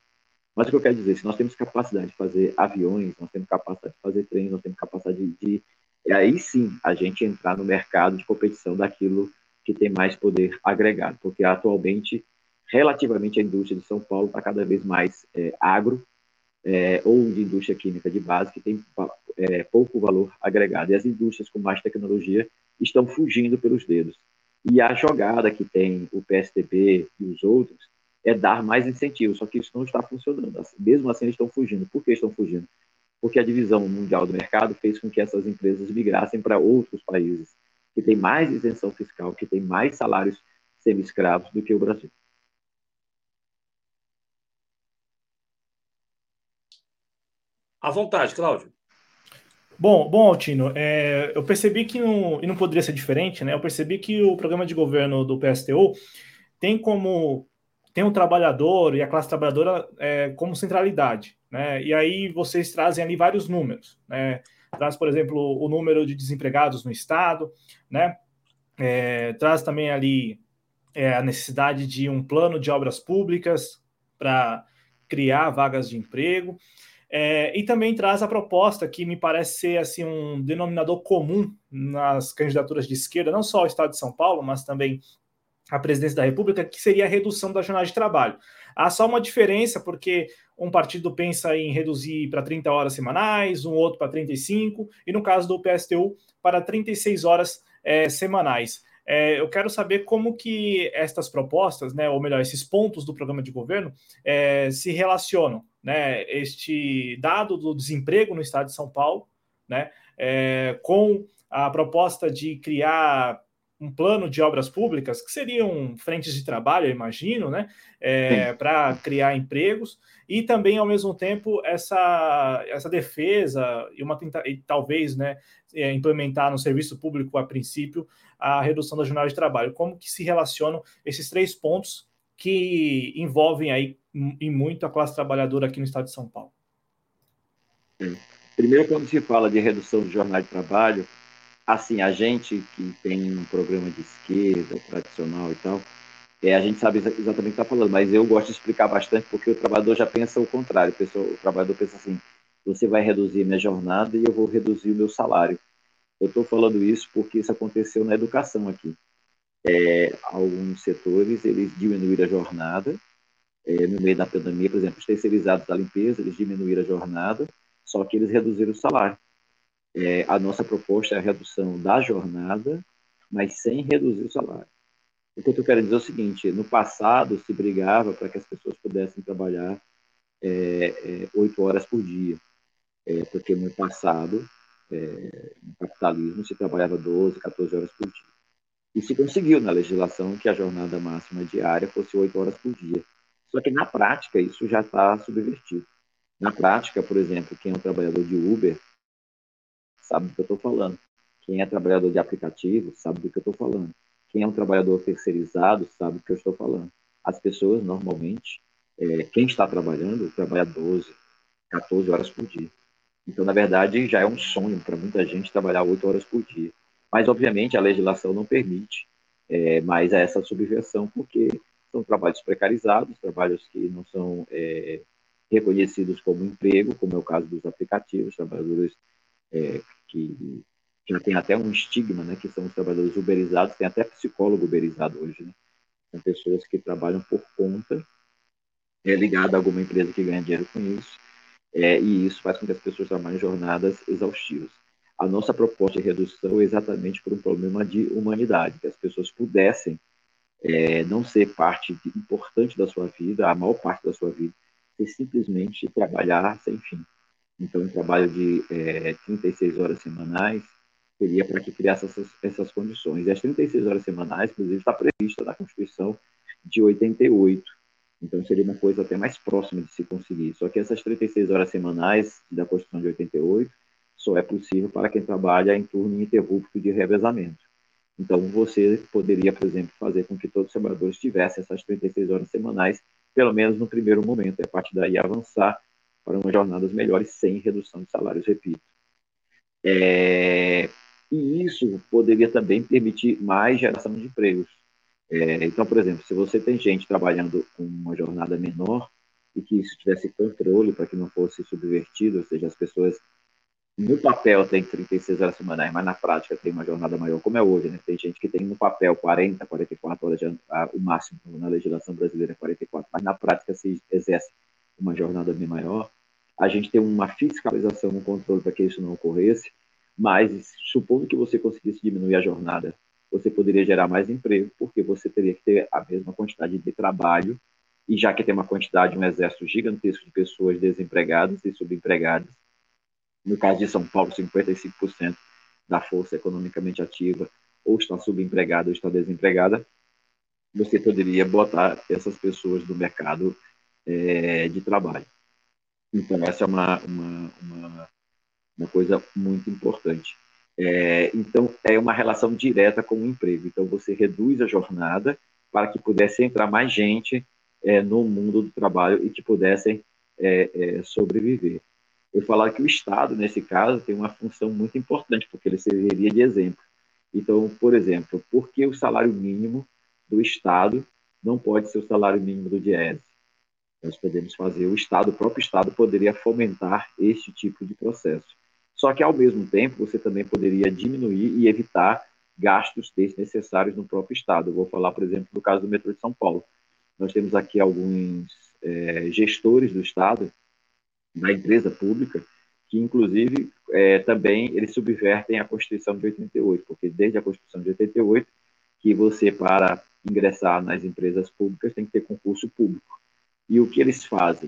Mas o que eu quero dizer, se nós temos capacidade de fazer aviões, nós temos capacidade de fazer trens, nós temos capacidade de, de e aí sim a gente entrar no mercado de competição daquilo que tem mais poder agregado, porque atualmente, relativamente à indústria de São Paulo, está cada vez mais é, agro, é, ou de indústria química de base, que tem é, pouco valor agregado. E as indústrias com mais tecnologia estão fugindo pelos dedos. E a jogada que tem o P S D B e os outros é dar mais incentivos, só que isso não está funcionando. Mesmo assim, eles estão fugindo. Por que estão fugindo? Porque a divisão mundial do mercado fez com que essas empresas migrassem para outros países que têm mais isenção fiscal, que têm mais salários semi-escravos do que o Brasil. À vontade, Cláudio. Bom, bom, Altino, é, eu percebi que não, e não poderia ser diferente, né? Eu percebi que o programa de governo do P S T U tem como tem o trabalhador e a classe trabalhadora é, como centralidade, né? E aí vocês trazem ali vários números, né? Traz, por exemplo, o número de desempregados no estado, né? É, traz também ali é, a necessidade de um plano de obras públicas para criar vagas de emprego. É, e também traz a proposta que me parece ser assim, um denominador comum nas candidaturas de esquerda, não só ao Estado de São Paulo, mas também à presidência da República, que seria a redução da jornada de trabalho. Há só uma diferença, porque um partido pensa em reduzir para trinta horas semanais, um outro para trinta e cinco, e no caso do P S T U, para trinta e seis horas é, semanais. É, eu quero saber como que estas propostas, né, ou melhor, esses pontos do programa de governo é, se relacionam, né, este dado do desemprego no estado de São Paulo, né, é, com a proposta de criar um plano de obras públicas, que seriam frentes de trabalho, eu imagino, né, é, para criar empregos, e também, ao mesmo tempo, essa, essa defesa e, uma, e talvez, né, implementar no serviço público, a princípio, a redução da jornada de trabalho. Como que se relacionam esses três pontos que envolvem aí em muito a classe trabalhadora aqui no estado de São Paulo? Primeiro, quando se fala de redução de jornada de trabalho, assim, a gente que tem um programa de esquerda tradicional e tal, é, a gente sabe exatamente o que está falando, mas eu gosto de explicar bastante porque o trabalhador já pensa o contrário. O, pessoal, o trabalhador pensa assim, você vai reduzir minha jornada e eu vou reduzir o meu salário. Eu estou falando isso porque isso aconteceu na educação aqui. É, alguns setores, eles diminuíram a jornada, é, no meio da pandemia, por exemplo, os terceirizados da limpeza, eles diminuíram a jornada, só que eles reduziram o salário. É, a nossa proposta é a redução da jornada, mas sem reduzir o salário. O que eu quero dizer é o seguinte, no passado se brigava para que as pessoas pudessem trabalhar oito é, é, horas por dia, é, porque no passado, é, no capitalismo, se trabalhava doze, quatorze horas por dia. E se conseguiu na legislação que a jornada máxima diária fosse oito horas por dia. Só que na prática isso já está subvertido. Na prática, por exemplo, quem é um trabalhador de Uber sabe do que eu estou falando. Quem é trabalhador de aplicativo sabe do que eu estou falando. Quem é um trabalhador terceirizado sabe do que eu estou falando. As pessoas, normalmente, é, quem está trabalhando, trabalha doze, quatorze horas por dia. Então, na verdade, já é um sonho para muita gente trabalhar oito horas por dia. Mas, obviamente, a legislação não permite é, mais essa subversão, porque são trabalhos precarizados, trabalhos que não são é, reconhecidos como emprego, como é o caso dos aplicativos, trabalhadores é, que já tem até um estigma, né, que são os trabalhadores uberizados, tem até psicólogo uberizado hoje, né? São pessoas que trabalham por conta, é ligado a alguma empresa que ganha dinheiro com isso, é, e isso faz com que as pessoas trabalhem jornadas exaustivas. A nossa proposta de redução é exatamente por um problema de humanidade, que as pessoas pudessem é, não ser parte de, importante da sua vida, a maior parte da sua vida, e simplesmente trabalhar sem fim. Então, um trabalho de é, trinta e seis horas semanais seria para que criasse essas, essas condições. E as trinta e seis horas semanais, inclusive, está prevista na Constituição de oitenta e oito. Então, seria uma coisa até mais próxima de se conseguir. Só que essas trinta e seis horas semanais da Constituição de oitenta e oito só é possível para quem trabalha em turno ininterrupto de revezamento. Então, você poderia, por exemplo, fazer com que todos os trabalhadores tivessem essas trinta e seis horas semanais, pelo menos no primeiro momento, e a partir daí avançar para umas jornadas melhores sem redução de salários, repito. É, e isso poderia também permitir mais geração de empregos. É, então, por exemplo, se você tem gente trabalhando com uma jornada menor, e que isso tivesse controle para que não fosse subvertido, ou seja, as pessoas no papel tem trinta e seis horas semanais, mas na prática tem uma jornada maior, como é hoje, né? Tem gente que tem no papel quarenta, quarenta e quatro horas, de, a, o máximo na legislação brasileira é quarenta e quatro, mas na prática se exerce uma jornada bem maior. A gente tem uma fiscalização, um controle para que isso não ocorresse, mas supondo que você conseguisse diminuir a jornada, você poderia gerar mais emprego, porque você teria que ter a mesma quantidade de trabalho, e já que tem uma quantidade, um exército gigantesco de pessoas desempregadas e subempregadas, no caso de São Paulo, cinquenta e cinco por cento da força economicamente ativa ou está subempregada ou está desempregada, você poderia botar essas pessoas no mercado é, de trabalho. Então, essa é uma, uma, uma, uma coisa muito importante. É, então, é uma relação direta com o emprego. Então, você reduz a jornada para que pudesse entrar mais gente é, no mundo do trabalho e que pudessem é, é, sobreviver. Eu falar que o Estado, nesse caso, tem uma função muito importante, porque ele serviria de exemplo. Então, por exemplo, por que o salário mínimo do Estado não pode ser o salário mínimo do Diese? Nós podemos fazer, o Estado, o próprio Estado poderia fomentar este tipo de processo. Só que, ao mesmo tempo, você também poderia diminuir e evitar gastos desnecessários no próprio Estado. Eu vou falar, por exemplo, do caso do metrô de São Paulo. Nós temos aqui alguns é, gestores do Estado, da empresa pública, que, inclusive, é, também eles subvertem a Constituição de oitenta e oito, porque desde a Constituição de oitenta e oito, que você, para ingressar nas empresas públicas, tem que ter concurso público. E o que eles fazem?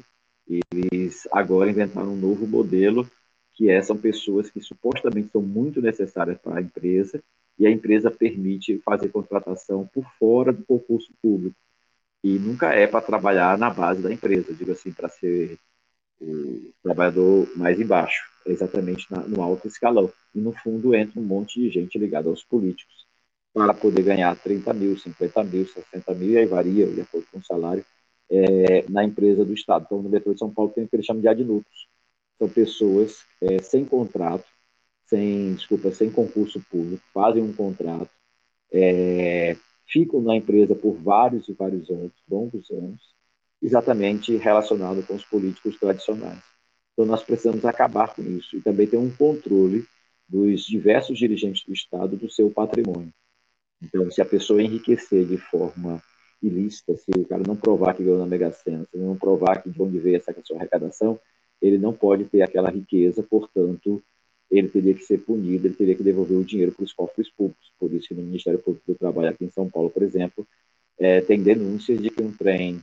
Eles agora inventaram um novo modelo, que é, são pessoas que supostamente são muito necessárias para a empresa, e a empresa permite fazer contratação por fora do concurso público. E nunca é para trabalhar na base da empresa, digo assim, para ser o trabalhador mais embaixo, exatamente na, no alto escalão. E, no fundo, entra um monte de gente ligada aos políticos para poder ganhar trinta mil, cinquenta mil, sessenta mil, e aí varia, de acordo com o salário, é, na empresa do Estado. Então, no metrô de São Paulo tem o que eles chamam de adnutos. São pessoas é, sem contrato, sem, desculpa, sem concurso público, fazem um contrato, é, ficam na empresa por vários e vários anos, longos anos, exatamente relacionado com os políticos tradicionais. Então, nós precisamos acabar com isso e também ter um controle dos diversos dirigentes do Estado do seu patrimônio. Então, se a pessoa enriquecer de forma ilícita, se o cara não provar que ganhou na Mega Sena, se não provar que de onde veio essa sua arrecadação, ele não pode ter aquela riqueza, portanto, ele teria que ser punido, ele teria que devolver o dinheiro para os cofres públicos. Por isso que no Ministério Público do Trabalho aqui em São Paulo, por exemplo, é, tem denúncias de que um trem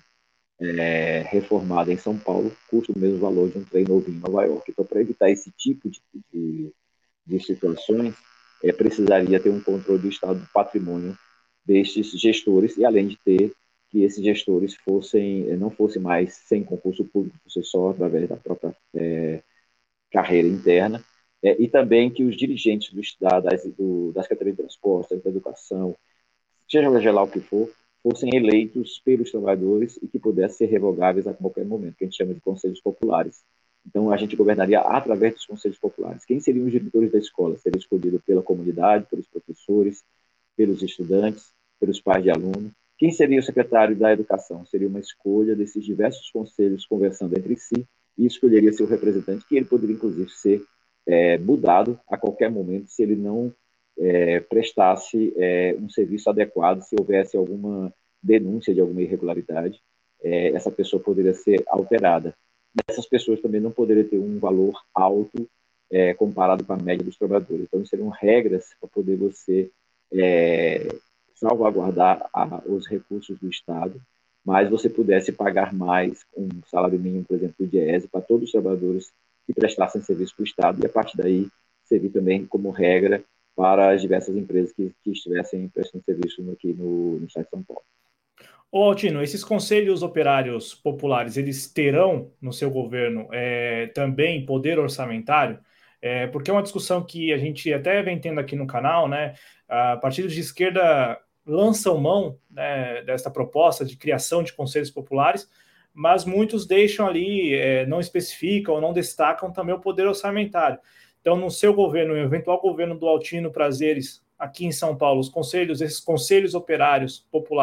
é, reformado em São Paulo custa o mesmo valor de um trem novinho em Nova York. Então, para evitar esse tipo de, de, de situações, é, precisaria ter um controle do estado do patrimônio destes gestores, e além de ter que esses gestores fossem, não fossem mais sem concurso público, fosse só através da própria é, carreira interna, é, e também que os dirigentes do, das, do, das categorias de transporte, da educação, seja lá o que for, fossem eleitos pelos trabalhadores e que pudessem ser revogáveis a qualquer momento, que a gente chama de conselhos populares. Então, a gente governaria através dos conselhos populares. Quem seriam os diretores da escola? Seria escolhido pela comunidade, pelos professores, pelos estudantes, pelos pais de aluno. Quem seria o secretário da educação? Seria uma escolha desses diversos conselhos conversando entre si e escolheria seu representante, que ele poderia, inclusive, ser é, mudado a qualquer momento se ele não é, prestasse é, um serviço adequado, se houvesse alguma denúncia de alguma irregularidade, é, essa pessoa poderia ser alterada. Essas pessoas também não poderiam ter um valor alto é, comparado com a média dos trabalhadores. Então, seriam regras para poder você é, salvaguardar a, os recursos do Estado, mas você pudesse pagar mais um salário mínimo, por exemplo, do Diese, para todos os trabalhadores que prestassem serviço para o Estado, e a partir daí servir também como regra para as diversas empresas que, que estivessem prestando serviço aqui no, no estado de São Paulo. Ô Altino, esses conselhos operários populares, eles terão no seu governo é, também poder orçamentário? É, porque é uma discussão que a gente até vem tendo aqui no canal, né? A partidos de esquerda lançam mão, né, desta proposta de criação de conselhos populares, mas muitos deixam ali, é, não especificam ou não destacam também o poder orçamentário. Então, no seu governo, no eventual governo do Altino Prazeres, aqui em São Paulo, os conselhos, esses conselhos operários populares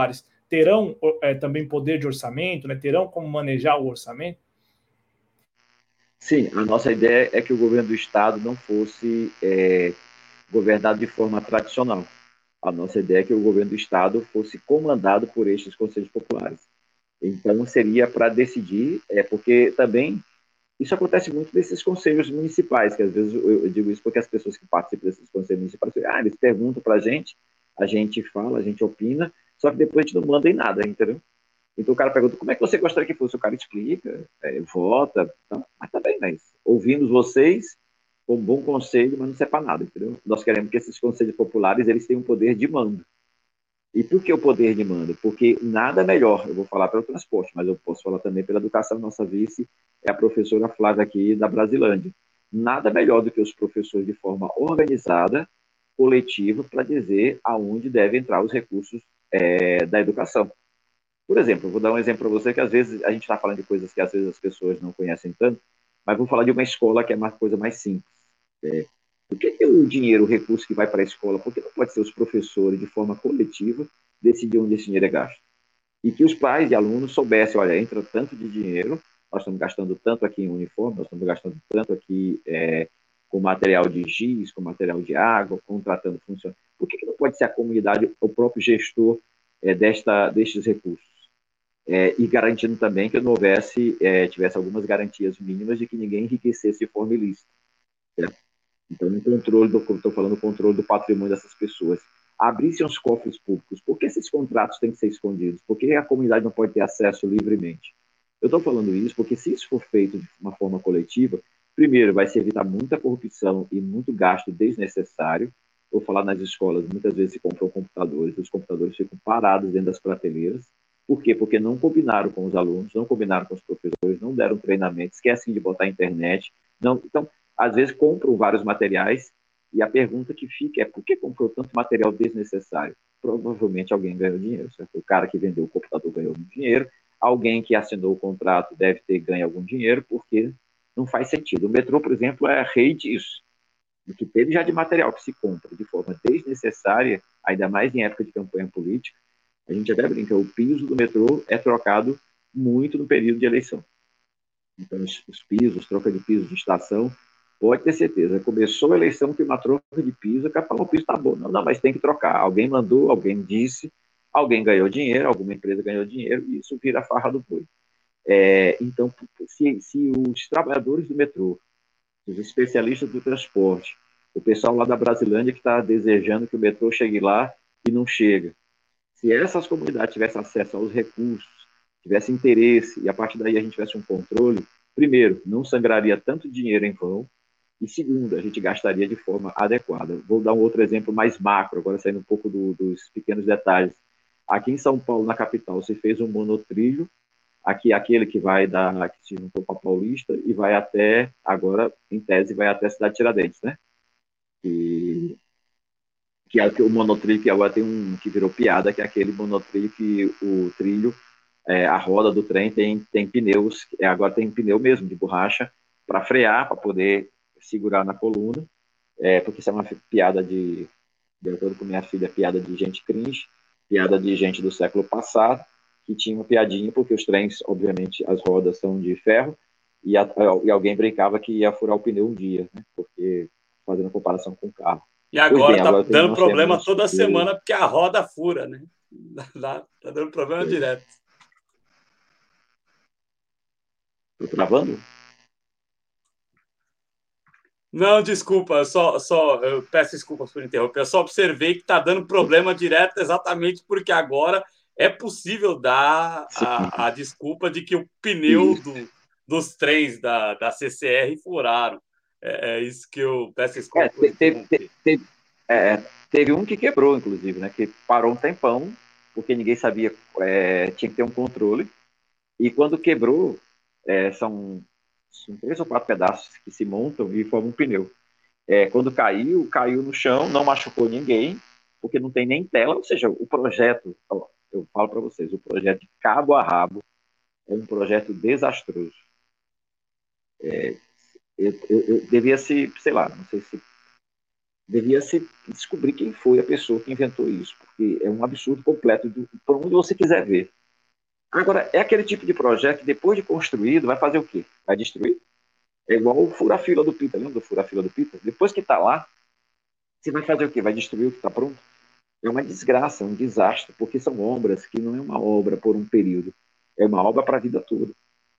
terão é, também poder de orçamento, né? Terão como manejar o orçamento? Sim, a nossa ideia é que o governo do Estado não fosse é, governado de forma tradicional. A nossa ideia é que o governo do Estado fosse comandado por estes conselhos populares. Então, seria para decidir, é, porque também isso acontece muito nesses conselhos municipais, que às vezes eu, eu digo isso porque as pessoas que participam desses conselhos municipais, ah, eles perguntam para a gente, a gente fala, a gente opina, só que depois a gente não manda em nada, entendeu? Então o cara pergunta, como é que você gostaria que fosse? O cara explica, é, vota, tá? Mas também, mas ouvimos vocês com um bom conselho, mas não serve para nada, entendeu? Nós queremos que esses conselhos populares eles tenham um poder de mando. E por que o poder de mando? Porque nada melhor, eu vou falar pelo transporte, mas eu posso falar também pela educação. Nossa vice é a professora Flávia aqui da Brasilândia. Nada melhor do que os professores de forma organizada, coletiva, para dizer aonde devem entrar os recursos é, da educação. Por exemplo, vou dar um exemplo para você que às vezes a gente está falando de coisas que às vezes as pessoas não conhecem tanto, mas vou falar de uma escola que é uma coisa mais simples. É, por que, que o dinheiro, o recurso que vai para a escola, por que não pode ser os professores, de forma coletiva, decidir onde esse dinheiro é gasto? E que os pais e alunos soubessem, olha, entra tanto de dinheiro, nós estamos gastando tanto aqui em uniforme, nós estamos gastando tanto aqui é, com material de giz, com material de água, contratando funcionários. Por que, que não pode ser a comunidade, o próprio gestor é, desta, destes recursos? É, e garantindo também que não houvesse, é, tivesse algumas garantias mínimas de que ninguém enriquecesse de forma ilícita. Certo? Então, no controle, do, estou falando do controle do patrimônio dessas pessoas. Abrissem os cofres públicos. Por que esses contratos têm que ser escondidos? Por que a comunidade não pode ter acesso livremente? Eu estou falando isso porque, se isso for feito de uma forma coletiva, primeiro, vai se evitar muita corrupção e muito gasto desnecessário. Vou falar nas escolas, muitas vezes se compram computadores, os computadores ficam parados dentro das prateleiras. Por quê? Porque não combinaram com os alunos, não combinaram com os professores, não deram treinamento, esquecem de botar a internet. Não, então, às vezes compram vários materiais e a pergunta que fica é por que comprou tanto material desnecessário? Provavelmente alguém ganhou dinheiro, certo? O cara que vendeu o computador ganhou dinheiro, alguém que assinou o contrato deve ter ganho algum dinheiro, porque não faz sentido. O metrô, por exemplo, é rei disso. O que teve já de material que se compra de forma desnecessária, ainda mais em época de campanha política, a gente até brinca, o piso do metrô é trocado muito no período de eleição. Então, os, os pisos, troca de piso de estação, pode ter certeza. Começou a eleição, tem uma troca de piso, o cara falou, o piso está bom. Não, não, mas tem que trocar. Alguém mandou, alguém disse, alguém ganhou dinheiro, alguma empresa ganhou dinheiro, e isso vira a farra do boi. É, então, se, se os trabalhadores do metrô, os especialistas do transporte, o pessoal lá da Brasilândia que está desejando que o metrô chegue lá e não chega, se essas comunidades tivessem acesso aos recursos, tivessem interesse, e a partir daí a gente tivesse um controle, primeiro, não sangraria tanto dinheiro em vão, e segundo, a gente gastaria de forma adequada. Vou dar um outro exemplo mais macro, agora saindo um pouco do, dos pequenos detalhes. Aqui em São Paulo, na capital, se fez um monotrilho, aqui aquele que vai da que se juntou com a Paulista e vai até, agora, em tese, vai até a cidade de Tiradentes, né? E que é o monotrilho que agora tem um que virou piada, que é aquele monotrilho que o trilho, é, a roda do trem tem, tem pneus, é, agora tem pneu mesmo de borracha para frear, para poder segurar na coluna, é, porque isso é uma piada de, de acordo com minha filha, piada de gente cringe, piada de gente do século passado, que tinha uma piadinha, porque os trens, obviamente, as rodas são de ferro, e, a, e alguém brincava que ia furar o pneu um dia, né? Porque fazendo comparação com o carro. E Pois agora bem, tá agora tem, dando nós problema temos toda o... semana porque a roda fura, né? Tá dando problema direto. Tô travando? Não, desculpa, eu só, só eu peço desculpas por interromper. Eu só observei que está dando problema direto exatamente porque agora é possível dar Sim, a, a desculpa de que o pneu isso. do, dos trens da, da C C R furaram. É, é isso que eu peço É, desculpa por te- teve, interromper. teve, é, teve um que quebrou, inclusive, né? Que parou um tempão, porque ninguém sabia, é, tinha que ter um controle. E quando quebrou, é, são, são três ou quatro pedaços que se montam e formam um pneu. É, quando caiu, caiu no chão, não machucou ninguém, porque não tem nem tela. Ou seja, o projeto, ó, eu falo para vocês, o projeto de cabo a rabo é um projeto desastroso. Eu, eu, eu devia se, sei lá, não sei se devia se descobrir quem foi a pessoa que inventou isso, porque é um absurdo completo, do, por onde você quiser ver. Agora, é aquele tipo de projeto que, depois de construído, vai fazer o quê? Vai destruir? É igual o fura-fila do Pita, lembra do fura-fila do Pita? Depois que está lá, você vai fazer o quê? Vai destruir o que está pronto? É uma desgraça, um desastre, porque são obras que não é uma obra por um período, é uma obra para a vida toda.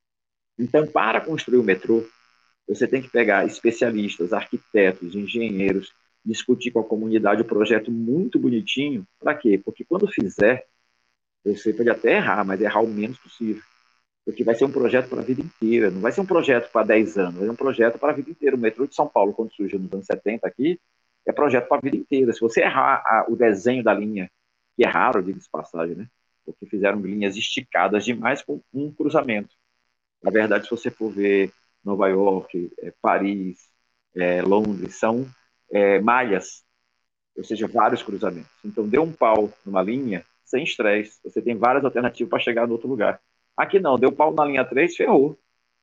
Então, para construir o metrô, você tem que pegar especialistas, arquitetos, engenheiros, discutir com a comunidade o projeto muito bonitinho. Para quê? Porque quando fizer, você pode até errar, mas errar o menos possível. Porque vai ser um projeto para a vida inteira, não vai ser um projeto para dez anos, vai ser um projeto para a vida inteira. O metrô de São Paulo, quando surgiu nos anos setenta aqui, é projeto para a vida inteira. Se você errar a, o desenho da linha, que é raro, diga-se de passagem, né? Porque fizeram linhas esticadas demais com um cruzamento. Na verdade, se você for ver Nova York, é, Paris, é, Londres, são é, malhas, ou seja, vários cruzamentos. Então, deu um pau numa linha, sem estresse. Você tem várias alternativas para chegar no outro lugar. Aqui não, deu pau na linha três, ferrou.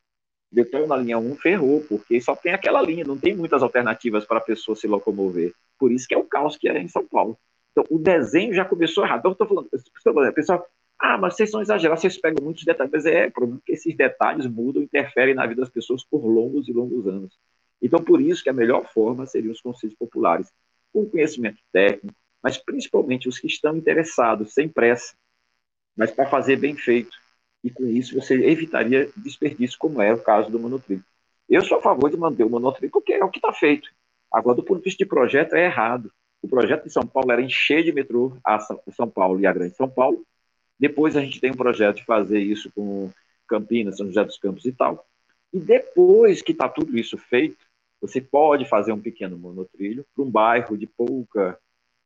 Deu pau na linha um, ferrou, porque só tem aquela linha, não tem muitas alternativas para a pessoa se locomover. Por isso que é o caos que é em São Paulo. Então, o desenho já começou errado. Então, eu estou falando, pessoal, ah, mas vocês são exagerados, vocês pegam muitos detalhes. Mas é, problema que esses detalhes mudam, interferem na vida das pessoas por longos e longos anos. Então, por isso que a melhor forma seriam os conselhos populares, com conhecimento técnico, mas principalmente os que estão interessados, sem pressa, mas para fazer bem feito. E com isso você evitaria desperdício, como é o caso do monotrilho. Eu sou a favor de manter o monotrilho porque é o que está feito. Agora, do ponto de vista de projeto, é errado. O projeto de São Paulo era encher de metrô a São Paulo e a Grande São Paulo. Depois a gente tem um projeto de fazer isso com Campinas, São José dos Campos e tal. E depois que está tudo isso feito, você pode fazer um pequeno monotrilho para um bairro de pouca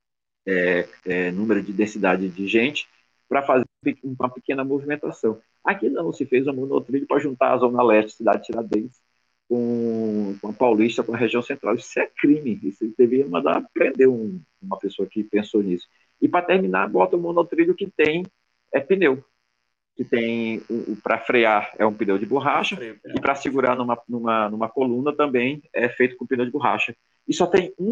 é, é, número de densidade de gente, para fazer uma pequena movimentação. Aqui não, se fez um monotrilho para juntar a Zona Leste, cidade de Tiradentes, com, com a Paulista, com a região central. Isso é crime. Isso deveria mandar prender um, uma pessoa que pensou nisso. E para terminar, bota o monotrilho que tem é, pneu. Que tem, para frear, é um pneu de borracha, freio, e para segurar numa, numa, numa coluna também é feito com pneu de borracha. E só tem um,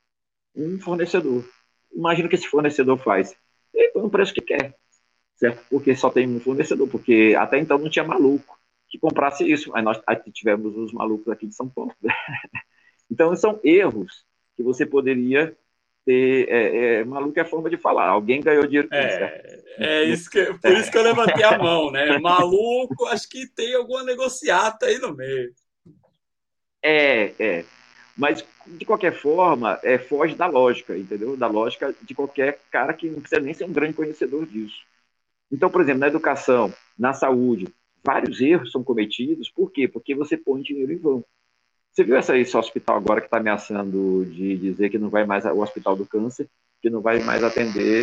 um fornecedor. Imagina o que esse fornecedor faz. Ele põe o preço que quer, certo? Porque só tem um fornecedor, porque até então não tinha maluco que comprasse isso. Aí nós aqui tivemos os malucos aqui de São Paulo. Então, são erros que você poderia ter. É, é, maluco é a forma de falar. Alguém ganhou dinheiro com isso, certo? É, é isso que, por isso que eu levantei a mão, né? Maluco, acho que tem alguma negociata aí no meio. É, é. Mas, de qualquer forma, é, foge da lógica, entendeu? Da lógica de qualquer cara que não precisa nem ser um grande conhecedor disso. Então, por exemplo, na educação, na saúde, vários erros são cometidos. Por quê? Porque você põe dinheiro em vão. Você viu essa, esse hospital agora que está ameaçando de dizer que não vai mais, o Hospital do Câncer, que não vai mais atender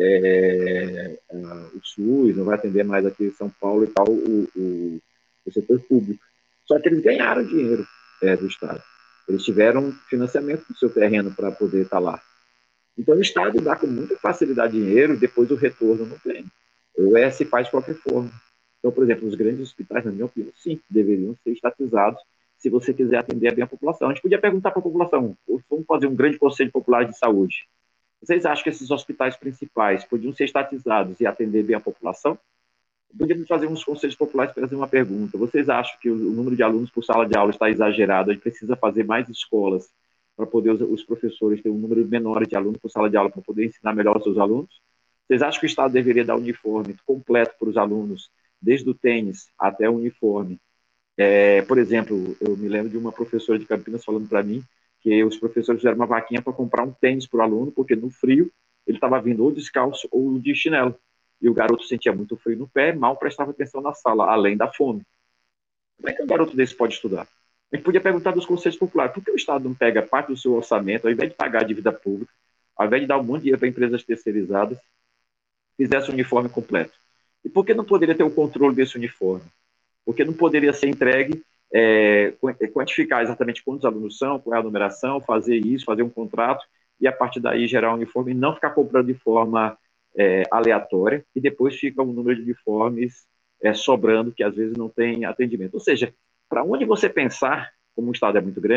é, o SUS, não vai atender mais aqui em São Paulo e tal, o, o, o setor público. Só que eles ganharam dinheiro é, do Estado. Eles tiveram financiamento do seu terreno para poder estar lá. Então, o Estado dá com muita facilidade dinheiro e depois o retorno não tem. Ou é se faz de qualquer forma. Então, por exemplo, os grandes hospitais, na minha opinião, sim, deveriam ser estatizados se você quiser atender bem a população. A gente podia perguntar para a população, vamos fazer um grande conselho popular de saúde. Vocês acham que esses hospitais principais podiam ser estatizados e atender bem a população? Podemos fazer uns conselhos populares para fazer uma pergunta. Vocês acham que o número de alunos por sala de aula está exagerado? A gente precisa fazer mais escolas para poder os, os professores terem um número menor de alunos por sala de aula para poder ensinar melhor os seus alunos? Vocês acham que o Estado deveria dar uniforme completo para os alunos, desde o tênis até o uniforme? É, por exemplo, eu me lembro de uma professora de Campinas falando para mim que os professores fizeram uma vaquinha para comprar um tênis para o aluno, porque no frio ele estava vindo ou descalço ou de chinelo. E o garoto sentia muito frio no pé, mal prestava atenção na sala, além da fome. Como é que um garoto desse pode estudar? A gente podia perguntar dos conselhos populares, por que o Estado não pega parte do seu orçamento, ao invés de pagar a dívida pública, ao invés de dar um monte de dinheiro para empresas terceirizadas, fizesse um uniforme completo? E por que não poderia ter o controle desse uniforme? Porque não poderia ser entregue, é, quantificar exatamente quantos alunos são, qual é a numeração, fazer isso, fazer um contrato, e a partir daí gerar um uniforme e não ficar comprando de forma é, aleatória, e depois fica um número de uniformes é, sobrando, que às vezes não tem atendimento. Ou seja, para onde você pensar, como o Estado é muito grande,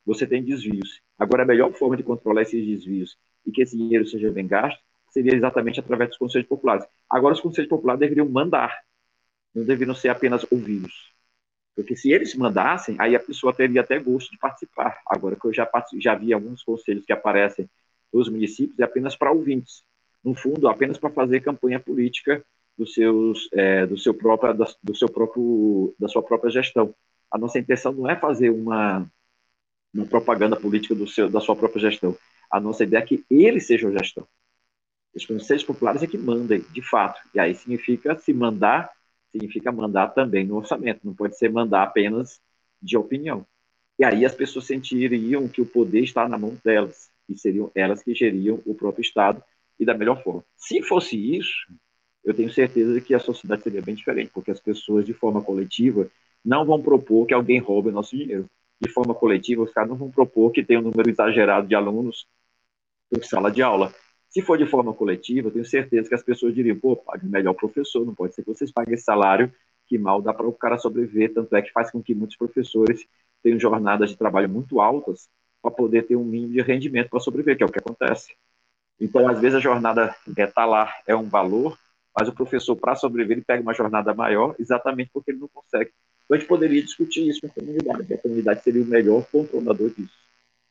você tem desvios. Agora, a melhor forma de controlar esses desvios e que esse dinheiro seja bem gasto seria exatamente através dos conselhos populares. Agora, os conselhos populares deveriam mandar, não deveriam ser apenas ouvidos. Porque se eles mandassem, aí a pessoa teria até gosto de participar. Agora, que eu já, já vi alguns conselhos que aparecem nos municípios, é apenas para ouvintes. No fundo, apenas para fazer campanha política dos seus, é, do seu próprio, da, do seu próprio, da sua própria gestão. A nossa intenção não é fazer uma, uma propaganda política do seu, da sua própria gestão. A nossa ideia é que eles sejam gestão. Os conselhos populares é que mandem, de fato. E aí significa, se mandar, significa mandar também no orçamento. Não pode ser mandar apenas de opinião. E aí as pessoas sentiriam que o poder está na mão delas. E seriam elas que geriam o próprio Estado e da melhor forma. Se fosse isso, eu tenho certeza que a sociedade seria bem diferente, porque as pessoas, de forma coletiva, não vão propor que alguém roube o nosso dinheiro. De forma coletiva, os caras não vão propor que tenha um número exagerado de alunos por sala de aula. Se for de forma coletiva, eu tenho certeza que as pessoas diriam, pô, pague melhor professor, não pode ser que vocês paguem esse salário que mal dá para o cara sobreviver, tanto é que faz com que muitos professores tenham jornadas de trabalho muito altas para poder ter um mínimo de rendimento para sobreviver, que é o que acontece. Então, às vezes, a jornada está lá, é um valor, mas o professor, para sobreviver, ele pega uma jornada maior exatamente porque ele não consegue. Então, a gente poderia discutir isso com a comunidade, a comunidade seria o melhor controlador disso.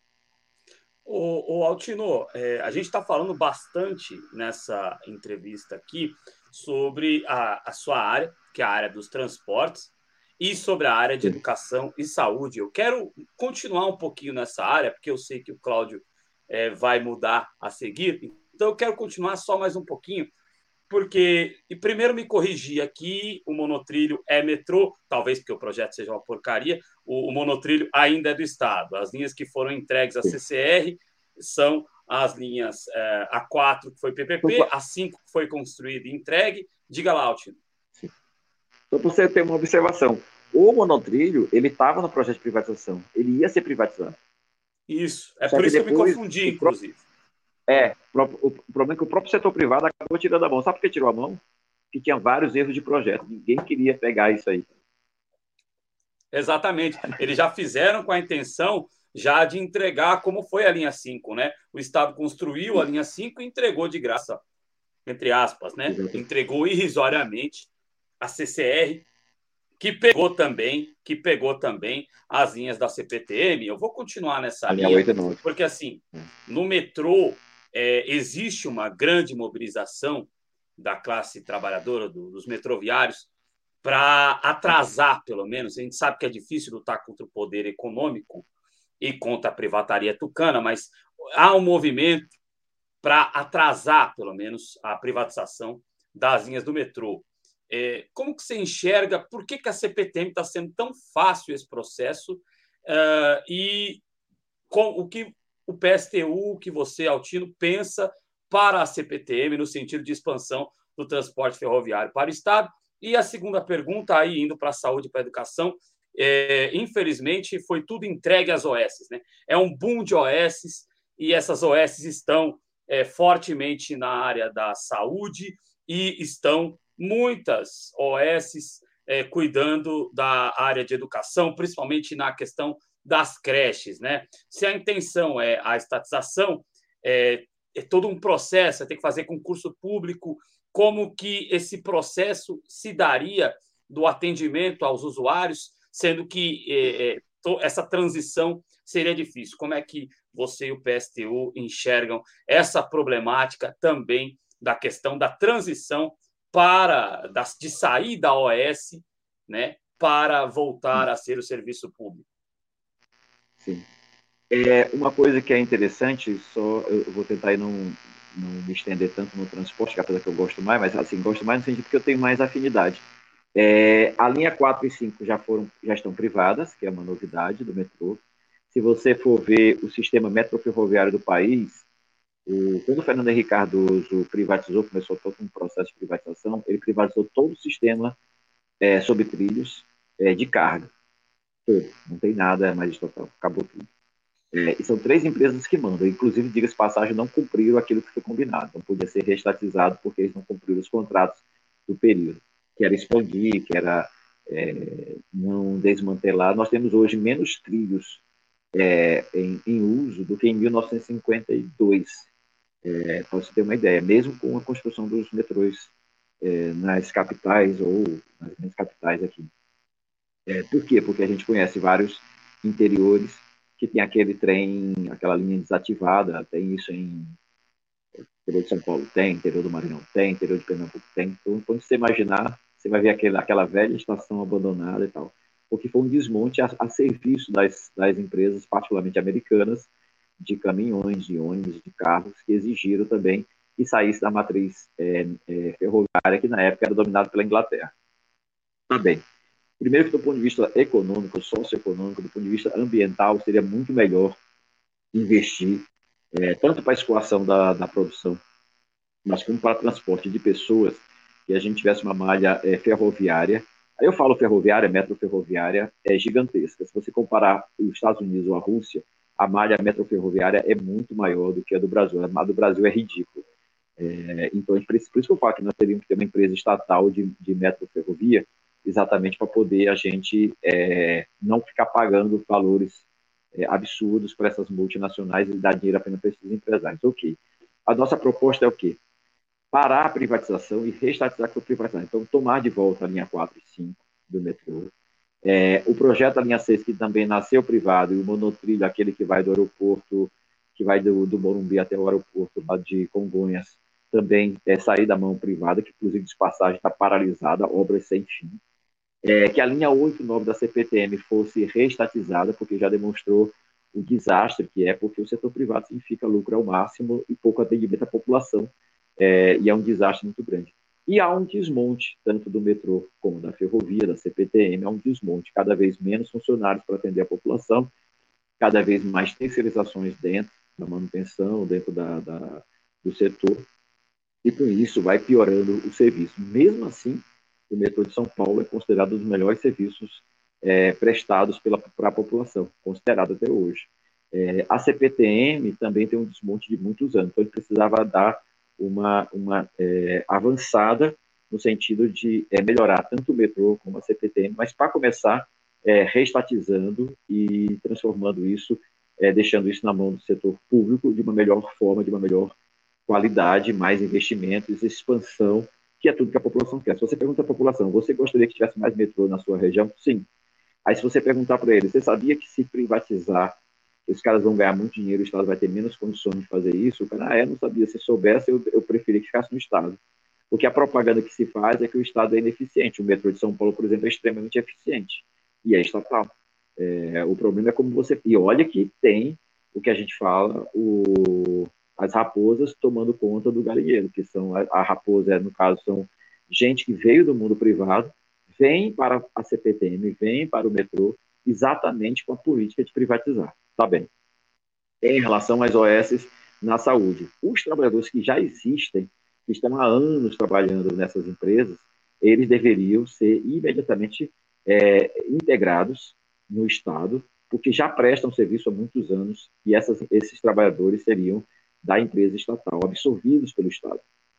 O, o Altino, é, a gente está falando bastante nessa entrevista aqui sobre a, a sua área, que é a área dos transportes, e sobre a área de educação e saúde. Eu quero continuar um pouquinho nessa área, porque eu sei que o Cláudio é, vai mudar a seguir, então eu quero continuar só mais um pouquinho, porque, e primeiro me corrigir aqui, o monotrilho é metrô, talvez porque o projeto seja uma porcaria, o, o monotrilho ainda é do Estado. As linhas que foram entregues à C C R são as linhas é, A quatro, que foi P P P, A cinco, que foi construída e entregue. Diga lá, Altino. Então, para você ter uma observação, o monotrilho, ele estava no projeto de privatização, ele ia ser privatizado. Isso, é Só por que isso depois, que eu me confundi, inclusive. É, o problema é que o próprio setor privado acabou tirando a mão. Sabe por que tirou a mão? Que tinha vários erros de projeto. Ninguém queria pegar isso aí. Exatamente. Eles já fizeram com a intenção já de entregar como foi a linha cinco, né? O Estado construiu a linha cinco e entregou de graça, entre aspas, né? Exatamente. Entregou irrisoriamente a C C R, que pegou também, que pegou também as linhas da C P T M. Eu vou continuar nessa a linha, oito, porque assim, no metrô é, existe uma grande mobilização da classe trabalhadora, do, dos metroviários, para atrasar, pelo menos. A gente sabe que é difícil lutar contra o poder econômico e contra a privataria tucana, mas há um movimento para atrasar, pelo menos, a privatização das linhas do metrô. É, como que você enxerga, por que, que a C P T M está sendo tão fácil esse processo uh, e com o que o P S T U, que você, Altino, pensa para a C P T M no sentido de expansão do transporte ferroviário para o Estado? E a segunda pergunta, aí indo para a saúde e para a educação, é, infelizmente foi tudo entregue às O S, né? É um boom de O S e essas O S estão é, fortemente na área da saúde e estão muitas O S é, cuidando da área de educação, principalmente na questão das creches, né? Se a intenção é a estatização, é, é todo um processo, tem que fazer concurso público, como que esse processo se daria do atendimento aos usuários, sendo que é, essa transição seria difícil. Como é que você e o P S T U enxergam essa problemática também da questão da transição para de sair da O S, né, para voltar a ser o serviço público? Sim. É, uma coisa que é interessante, só eu vou tentar aí não, não me estender tanto no transporte, que apesar que eu gosto mais, mas assim, gosto mais no sentido que eu tenho mais afinidade. É, a linha quatro e cinco já, foram, já estão privadas, que é uma novidade do metrô. Se você for ver o sistema metroferroviário do país, o, quando o Fernando Henrique Cardoso privatizou, começou todo um processo de privatização, ele privatizou todo o sistema é, sobre trilhos é, de carga. Todo. Não tem nada mais estatal, acabou tudo. É, e são três empresas que mandam, inclusive, diga-se passagem, não cumpriram aquilo que foi combinado, não podia ser reestatizado porque eles não cumpriram os contratos do período, que era expandir, que era é, não desmantelar. Nós temos hoje menos trilhos é, em, em uso do que em mil novecentos e cinquenta e dois, é, para você ter uma ideia, mesmo com a construção dos metrôs é, nas capitais ou nas grandes capitais aqui. É, por quê? Porque a gente conhece vários interiores que tem aquele trem, aquela linha desativada, tem isso em interior de São Paulo, tem, interior do Maranhão tem, interior de Pernambuco tem. Então, quando você imaginar, você vai ver aquele, aquela velha estação abandonada e tal, porque foi um desmonte a, a serviço das, das empresas, particularmente americanas, de caminhões, de ônibus, de carros, que exigiram também que saísse da matriz é, é, ferroviária, que na época era dominada pela Inglaterra. Tá bem. Primeiro que do ponto de vista econômico, socioeconômico, do ponto de vista ambiental, seria muito melhor investir é, tanto para a escoação da, da produção, mas como para transporte de pessoas, que a gente tivesse uma malha é, ferroviária. Aí eu falo ferroviária, metro ferroviária é gigantesca. Se você comparar os Estados Unidos ou a Rússia, a malha metro ferroviária é muito maior do que a do Brasil. A do Brasil é ridícula. É, então, por isso, por isso que eu falo que nós teríamos que ter uma empresa estatal de, de metro ferrovia, exatamente para poder a gente é, não ficar pagando valores é, absurdos para essas multinacionais e dar dinheiro apenas para esses empresários. Ok. A nossa proposta é o quê? Parar a privatização e reestatizar a privatização. Então, tomar de volta a linha quatro e cinco do metrô. É, o projeto da linha seis, que também nasceu privado, e o monotrilho, aquele que vai do aeroporto, que vai do, do Morumbi até o aeroporto lá de Congonhas, também é, sair da mão privada, que inclusive de passagem está paralisada, obras sem fim. É, que a linha oito e nove da C P T M fosse reestatizada, porque já demonstrou o desastre que é, porque o setor privado significa lucro ao máximo e pouco atendimento à população, é, e é um desastre muito grande. E há um desmonte, tanto do metrô como da ferrovia, da C P T M, há um desmonte, cada vez menos funcionários para atender a população, cada vez mais terceirizações dentro da manutenção, dentro da, da, do setor, e com isso vai piorando o serviço. Mesmo assim, o metrô de São Paulo é considerado um dos melhores serviços é, prestados para a população, considerado até hoje. É, a C P T M também tem um desmonte de muitos anos, então ele precisava dar uma, uma é, avançada no sentido de é, melhorar tanto o metrô como a C P T M, mas para começar, é, reestatizando e transformando isso, é, deixando isso na mão do setor público de uma melhor forma, de uma melhor qualidade, mais investimentos, expansão, que é tudo que a população quer. Se você pergunta à população, você gostaria que tivesse mais metrô na sua região? Sim. Aí se você perguntar para eles, você sabia que se privatizar, os caras vão ganhar muito dinheiro, o Estado vai ter menos condições de fazer isso? O cara, ah, é, não sabia. Se soubesse, eu, eu preferia que ficasse no Estado. Porque a propaganda que se faz é que o Estado é ineficiente. O metrô de São Paulo, por exemplo, é extremamente eficiente. E é estatal. É, o problema é como você... E olha que tem o que a gente fala, o, as raposas tomando conta do galinheiro, que são a, a raposa, no caso, são gente que veio do mundo privado, vem para a C P T M, vem para o metrô, exatamente com a política de privatizar. Tá bem. Em relação às O S na saúde, os trabalhadores que já existem, que estão há anos trabalhando nessas empresas, eles deveriam ser imediatamente é, integrados no Estado, porque já prestam serviço há muitos anos e essas, esses trabalhadores seriam da empresa estatal, absorvidos pelo Estado.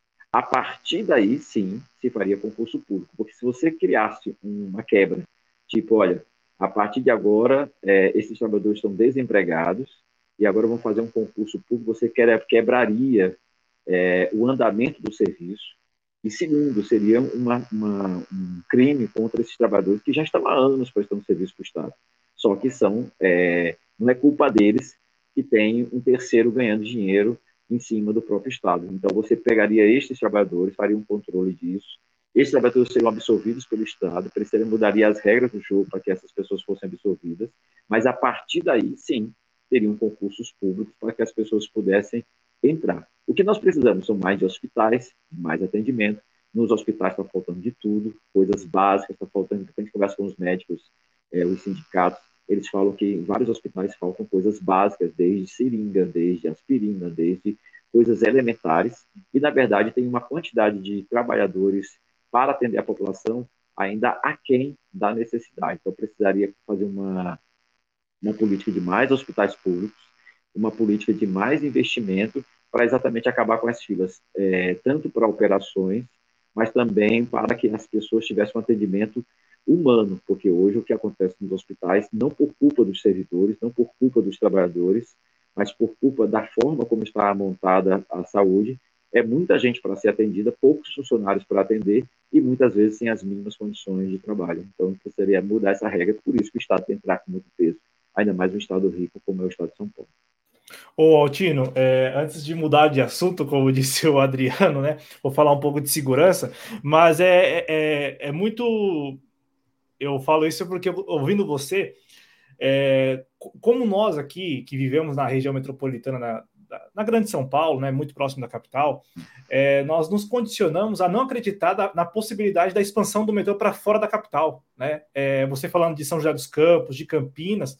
A partir daí, sim, se faria concurso público, porque se você criasse uma quebra, tipo, olha, a partir de agora, é, esses trabalhadores estão desempregados e agora vão fazer um concurso público, você quebraria é, o andamento do serviço. E segundo, seria uma, uma, um crime contra esses trabalhadores que já estão há anos prestando serviço para o Estado. Só que são, é, não é culpa deles que tem um terceiro ganhando dinheiro em cima do próprio Estado. Então, você pegaria estes trabalhadores, faria um controle disso, esses trabalhadores seriam absorvidos pelo Estado, precisaria mudaria as regras do jogo para que essas pessoas fossem absorvidas, mas a partir daí, sim, teriam concursos públicos para que as pessoas pudessem entrar. O que nós precisamos são mais de hospitais, mais atendimento. Nos hospitais está faltando de tudo, coisas básicas, está faltando. Quando a gente conversa com os médicos, é, os sindicatos, eles falam que em vários hospitais faltam coisas básicas, desde seringa, desde aspirina, desde coisas elementares. E, na verdade, tem uma quantidade de trabalhadores para atender a população ainda aquém da necessidade. Então, precisaria fazer uma, uma política de mais hospitais públicos, uma política de mais investimento para exatamente acabar com as filas, é, tanto para operações, mas também para que as pessoas tivessem um atendimento humano, porque hoje o que acontece nos hospitais, não por culpa dos servidores, não por culpa dos trabalhadores, mas por culpa da forma como está montada a saúde, é muita gente para ser atendida, poucos funcionários para atender e muitas vezes sem as mínimas condições de trabalho. Então, seria mudar essa regra, por isso que o Estado tem que entrar com muito peso, ainda mais um Estado rico como é o Estado de São Paulo. Ô, Altino, é, antes de mudar de assunto, como disse o Adriano, né, vou falar um pouco de segurança, mas é, é, é muito... Eu falo isso porque, ouvindo você, é, como nós aqui, que vivemos na região metropolitana, na, na Grande São Paulo, né, muito próximo da capital, é, nós nos condicionamos a não acreditar da, na possibilidade da expansão do metrô para fora da capital. Né? É, você falando de São José dos Campos, de Campinas,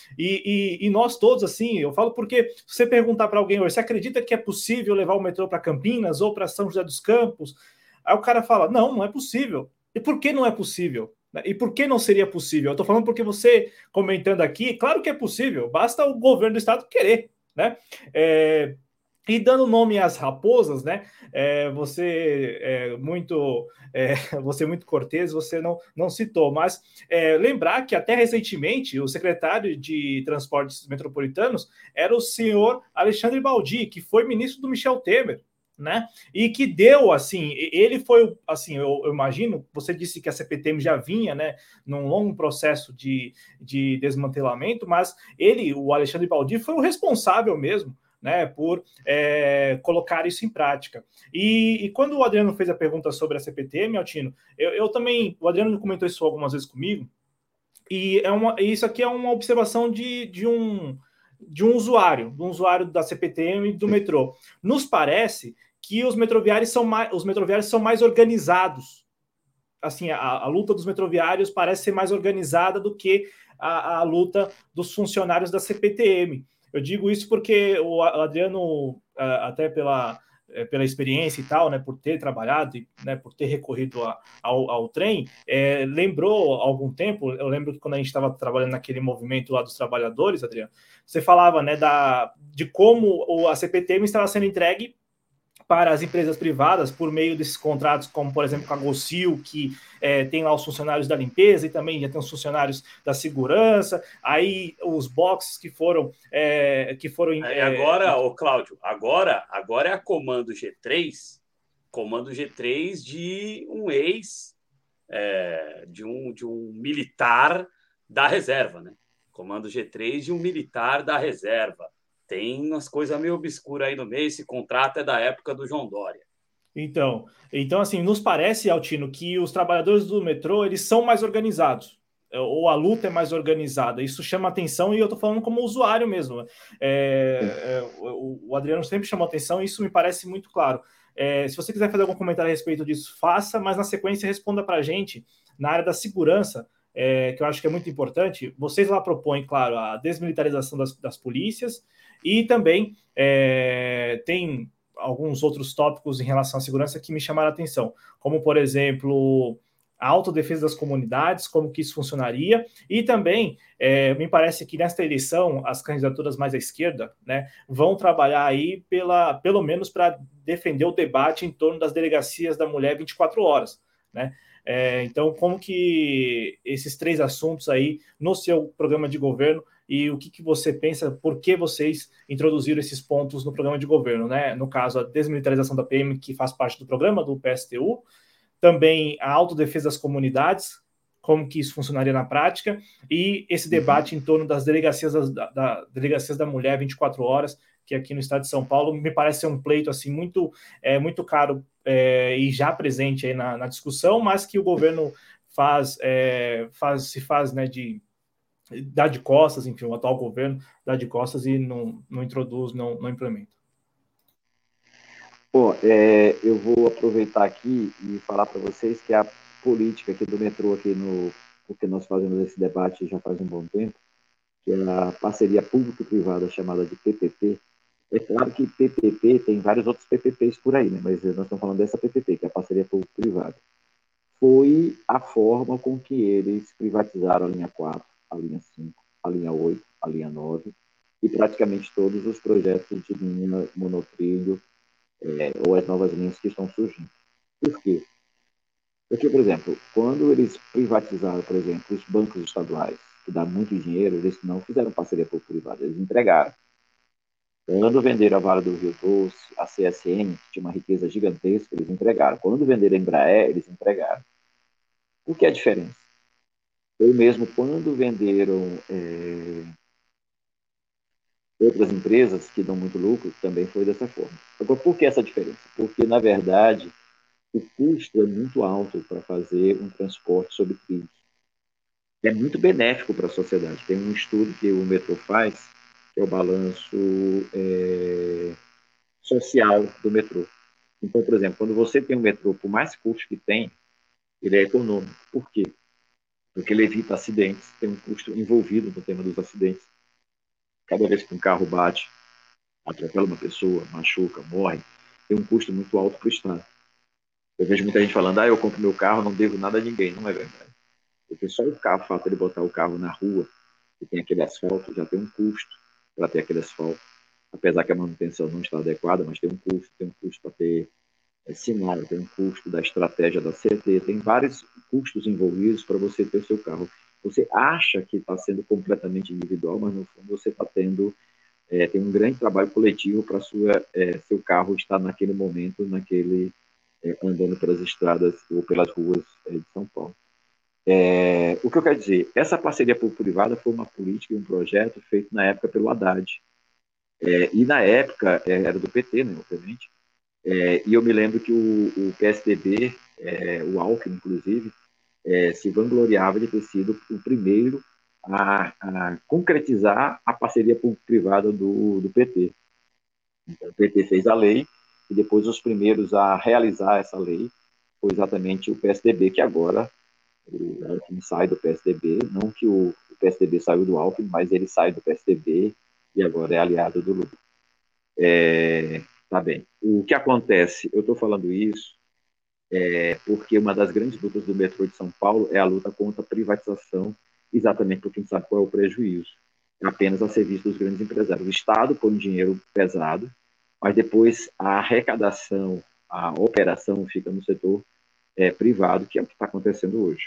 e, e, e nós todos, assim, eu falo porque se você perguntar para alguém, você acredita que é possível levar o metrô para Campinas ou para São José dos Campos? Aí o cara fala, não, não é possível. E por que não é possível? E por que não seria possível? Eu estou falando porque você, comentando aqui, claro que é possível, basta o governo do estado querer, né? É, e dando nome às raposas, né? É, você é muito, é, você é muito cortês, você não, não citou, mas é, lembrar que até recentemente o secretário de Transportes Metropolitanos era o senhor Alexandre Baldi, que foi ministro do Michel Temer. Né? E que deu, assim, ele foi, assim, eu, eu imagino, você disse que a C P T M já vinha, né, num longo processo de, de desmantelamento, mas ele, o Alexandre Baldi, foi o responsável mesmo, né, por é, colocar isso em prática. E, e quando o Adriano fez a pergunta sobre a C P T M, Altino, eu, eu também, o Adriano comentou isso algumas vezes comigo, e é uma, isso aqui é uma observação de, de um de um usuário, de um usuário da C P T M e do metrô. Nos parece que os metroviários são mais, os metroviários são mais organizados. Assim, a, a luta dos metroviários parece ser mais organizada do que a, a luta dos funcionários da C P T M. Eu digo isso porque o Adriano, até pela, pela experiência e tal, né, por ter trabalhado, né, por ter recorrido a, ao, ao trem, é, lembrou há algum tempo, eu lembro que quando a gente estava trabalhando naquele movimento lá dos trabalhadores, Adriano, você falava, né, da, de como a C P T M estava sendo entregue para as empresas privadas por meio desses contratos, como por exemplo com a Gocil, que é, tem lá os funcionários da limpeza e também já tem os funcionários da segurança, aí os boxes que foram é, que foram é, agora, ô Cláudio, agora, agora é a Comando G três, Comando G três de um ex é, de um de um militar da reserva, né? Comando G três de um militar da reserva. Tem umas coisas meio obscuras aí no meio. Esse contrato é da época do João Dória. Então, então assim, nos parece, Altino, que os trabalhadores do metrô, eles são mais organizados, ou a luta é mais organizada. Isso chama atenção e eu estou falando como usuário mesmo. É, é, o, o Adriano sempre chamou atenção e isso me parece muito claro. É, se você quiser fazer algum comentário a respeito disso, faça, mas na sequência responda para a gente na área da segurança, é, que eu acho que é muito importante. Vocês lá propõem, claro, a desmilitarização das, das polícias e também é, tem alguns outros tópicos em relação à segurança que me chamaram a atenção, como, por exemplo, a autodefesa das comunidades, como que isso funcionaria, e também é, me parece que nesta eleição as candidaturas mais à esquerda, né, vão trabalhar aí pela, pelo menos para defender o debate em torno das delegacias da mulher vinte e quatro horas, né? É, então, como que esses três assuntos aí no seu programa de governo e o que, que você pensa, por que vocês introduziram esses pontos no programa de governo, né? No caso, a desmilitarização da P M, que faz parte do programa do P S T U, também a autodefesa das comunidades, como que isso funcionaria na prática, e esse debate em torno das delegacias da, da, delegacias da mulher vinte e quatro horas, que aqui no estado de São Paulo me parece ser um pleito assim muito, é, muito caro é, e já presente aí na, na discussão, mas que o governo faz, é, faz se faz, né, de dá de costas, enfim, o atual governo dá de costas e não, não introduz, não, não implementa. Bom, é, eu vou aproveitar aqui e falar para vocês que a política aqui do metrô, aqui no, porque nós fazemos esse debate já faz um bom tempo, que é a parceria público-privada chamada de P P P. É claro que P P P tem vários outros P P Ps por aí, né? Mas nós estamos falando dessa P P P, que é a parceria público-privada. Foi a forma com que eles privatizaram a linha quatro, a linha cinco, a linha oito, a linha nove e praticamente todos os projetos de linha monotrilho é, ou as novas linhas que estão surgindo. Por quê? Porque, por exemplo, quando eles privatizaram, por exemplo, os bancos estaduais, que dá muito dinheiro, eles não fizeram parceria público-privada, eles entregaram. Quando venderam a Vale do Rio Doce, a C S N, que tinha uma riqueza gigantesca, eles entregaram. Quando venderam a Embraer, eles entregaram. O que é a diferença? Ou mesmo quando venderam é, outras empresas que dão muito lucro, também foi dessa forma. Agora, por que essa diferença? Porque, na verdade, o custo é muito alto para fazer um transporte sobre trilhos. É muito benéfico para a sociedade. Tem um estudo que o metrô faz, que é o balanço é, social do metrô. Então, por exemplo, quando você tem um metrô, por mais custo que tem, ele é econômico. Por quê? Porque ele evita acidentes, tem um custo envolvido no tema dos acidentes. Cada vez que um carro bate, atropela uma pessoa, machuca, morre, tem um custo muito alto para o Estado. Eu vejo muita gente falando, ah, eu compro meu carro, não devo nada a ninguém. Não é verdade. Porque só o carro, o fato de botar o carro na rua, que tem aquele asfalto, já tem um custo para ter aquele asfalto. Apesar que a manutenção não está adequada, mas tem um custo, tem um custo para ter é, sinal, tem um custo da estratégia da C T, tem vários custos envolvidos para você ter o seu carro. Você acha que está sendo completamente individual, mas no fundo você está tendo é, tem um grande trabalho coletivo para sua é, seu carro estar naquele momento, naquele é, andando pelas estradas ou pelas ruas é, de São Paulo. É, o que eu quero dizer, essa parceria público-privada foi uma política e um projeto feito na época pelo Haddad. É, e na época é, era do P T, né, obviamente. É, e eu me lembro que o, o P S D B, é, o Alckmin, inclusive, é, se vangloriava de ter sido o primeiro a, a concretizar a parceria público-privada do, do P T. Então, o P T fez a lei e depois os primeiros a realizar essa lei foi exatamente o P S D B, que agora o Alckmin sai do P S D B, não que o, o P S D B saiu do Alckmin, mas ele sai do P S D B e agora é aliado do Lula. É, tá bem. O que acontece? Eu estou falando isso é, porque uma das grandes lutas do metrô de São Paulo é a luta contra a privatização, exatamente porque a gente sabe qual é o prejuízo. Apenas a serviço dos grandes empresários. O Estado põe dinheiro pesado, mas depois a arrecadação, a operação fica no setor é, privado, que é o que está acontecendo hoje.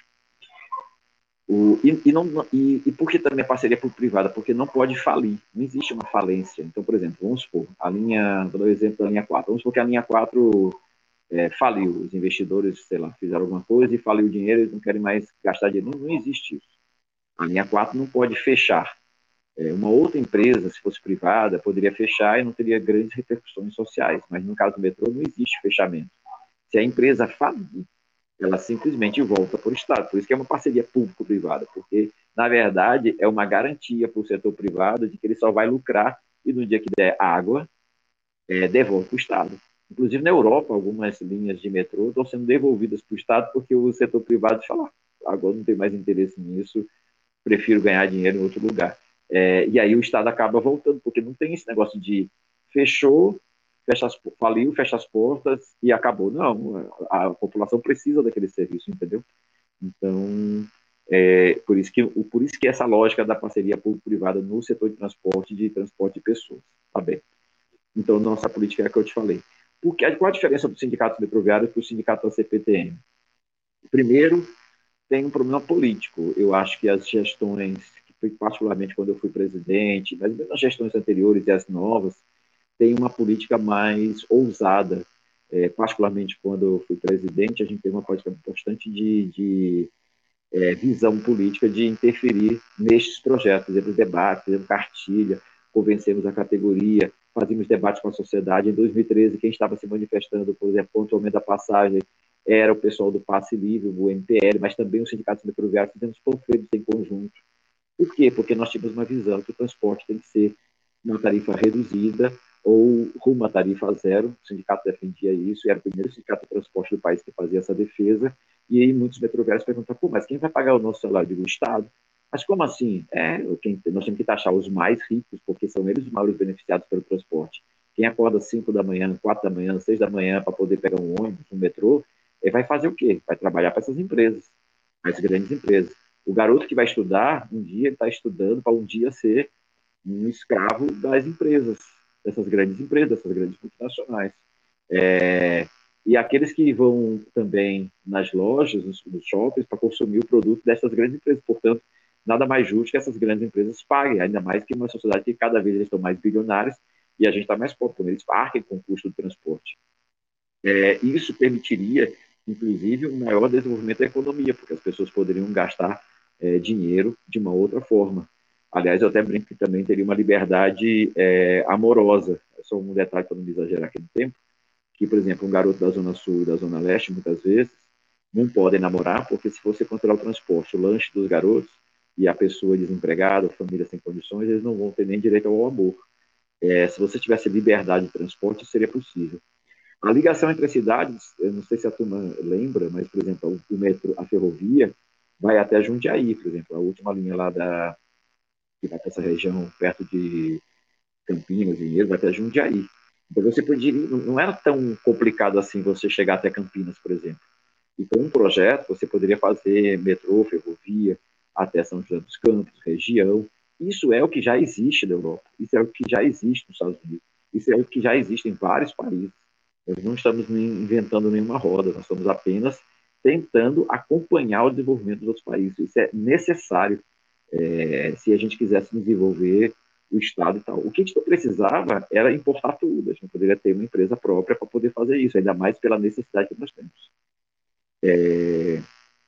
O, e, e, não, e, e por que também a parceria público-privada? Porque não pode falir, não existe uma falência. Então, por exemplo, vamos supor, a linha, vou dar o exemplo da linha quatro, vamos supor que a linha quatro é, faliu, os investidores, sei lá, fizeram alguma coisa e faliu o dinheiro, eles não querem mais gastar dinheiro, não, não existe isso. A linha quatro não pode fechar. É, uma outra empresa, se fosse privada, poderia fechar e não teria grandes repercussões sociais, mas no caso do metrô não existe fechamento. Se a empresa falir, ela simplesmente volta para o Estado. Por isso que é uma parceria público-privada, porque, na verdade, é uma garantia para o setor privado de que ele só vai lucrar e no dia que der água, é, devolve para o Estado. Inclusive, na Europa, algumas linhas de metrô estão sendo devolvidas para o Estado porque o setor privado fala, ah, agora não tem mais interesse nisso, prefiro ganhar dinheiro em outro lugar. É, e aí o Estado acaba voltando, porque não tem esse negócio de fechou, fecha as, faliu, fecha as portas e acabou. Não, a, a população precisa daquele serviço, entendeu? Então, é, por, isso que, por isso que essa lógica da parceria público-privada no setor de transporte, de transporte de pessoas. Tá bem. Então, nossa política é a que eu te falei. Porque, qual a diferença do sindicato metroviário para o sindicato da C P T M? Primeiro, tem um problema político. Eu acho que as gestões, particularmente quando eu fui presidente, mas mesmo as gestões anteriores e as novas, têm uma política mais ousada. É, particularmente quando eu fui presidente, a gente teve uma política bastante de, de é, visão política de interferir nestes projetos, fizemos debates, fizemos cartilha, convencemos a categoria, fazíamos debates com a sociedade. Em dois mil e treze, quem estava se manifestando, por exemplo, contra o aumento da passagem, era o pessoal do Passe Livre, o M P L, mas também os sindicatos metroviários, fizemos panfletos em conjunto. Por quê? Porque nós tínhamos uma visão que o transporte tem que ser uma tarifa reduzida ou rumo à tarifa zero. O sindicato defendia isso, e era o primeiro sindicato de transporte do país que fazia essa defesa. E aí muitos metroviários perguntam, pô, mas quem vai pagar o nosso salário? Digo, o Estado. Mas como assim? É, quem, nós temos que taxar os mais ricos, porque são eles os maiores beneficiados pelo transporte. Quem acorda cinco da manhã, quatro da manhã, seis da manhã para poder pegar um ônibus, um metrô, vai fazer o quê? Vai trabalhar para essas empresas, as grandes empresas. O garoto que vai estudar, um dia ele está estudando para um dia ser um escravo das empresas, dessas grandes empresas, dessas grandes multinacionais. É, e aqueles que vão também nas lojas, nos, nos shoppings, para consumir o produto dessas grandes empresas. Portanto, nada mais justo que essas grandes empresas paguem, ainda mais que uma sociedade que cada vez eles estão mais bilionários e a gente está mais pobre, quando eles arquem com o custo do transporte. É, isso permitiria, inclusive, um maior desenvolvimento da economia, porque as pessoas poderiam gastar é, dinheiro de uma outra forma. Aliás, eu até brinco que também teria uma liberdade é, amorosa. É só um detalhe para não me exagerar aqui no tempo, que, por exemplo, um garoto da Zona Sul e da Zona Leste, muitas vezes, não podem namorar, porque se você controlar o transporte, o lanche dos garotos, e a pessoa desempregada, a família sem condições, eles não vão ter nem direito ao amor. É, se você tivesse liberdade de transporte, isso seria possível. A ligação entre as cidades, eu não sei se a turma lembra, mas, por exemplo, o metrô, a ferrovia vai até Jundiaí, por exemplo, a última linha lá da, que vai para essa região perto de Campinas, Vinhedo, vai até Jundiaí. Então você poderia, não era tão complicado assim você chegar até Campinas, por exemplo. E com um projeto você poderia fazer metrô, ferrovia, até São José dos Campos, região. Isso é o que já existe na Europa, isso é o que já existe nos Estados Unidos, isso é o que já existe em vários países. Nós não estamos inventando nenhuma roda, nós estamos apenas tentando acompanhar o desenvolvimento dos outros países. Isso é necessário é, se a gente quisesse desenvolver o Estado e tal. O que a gente não precisava era importar tudo, a gente não poderia ter uma empresa própria para poder fazer isso, ainda mais pela necessidade que nós temos. É...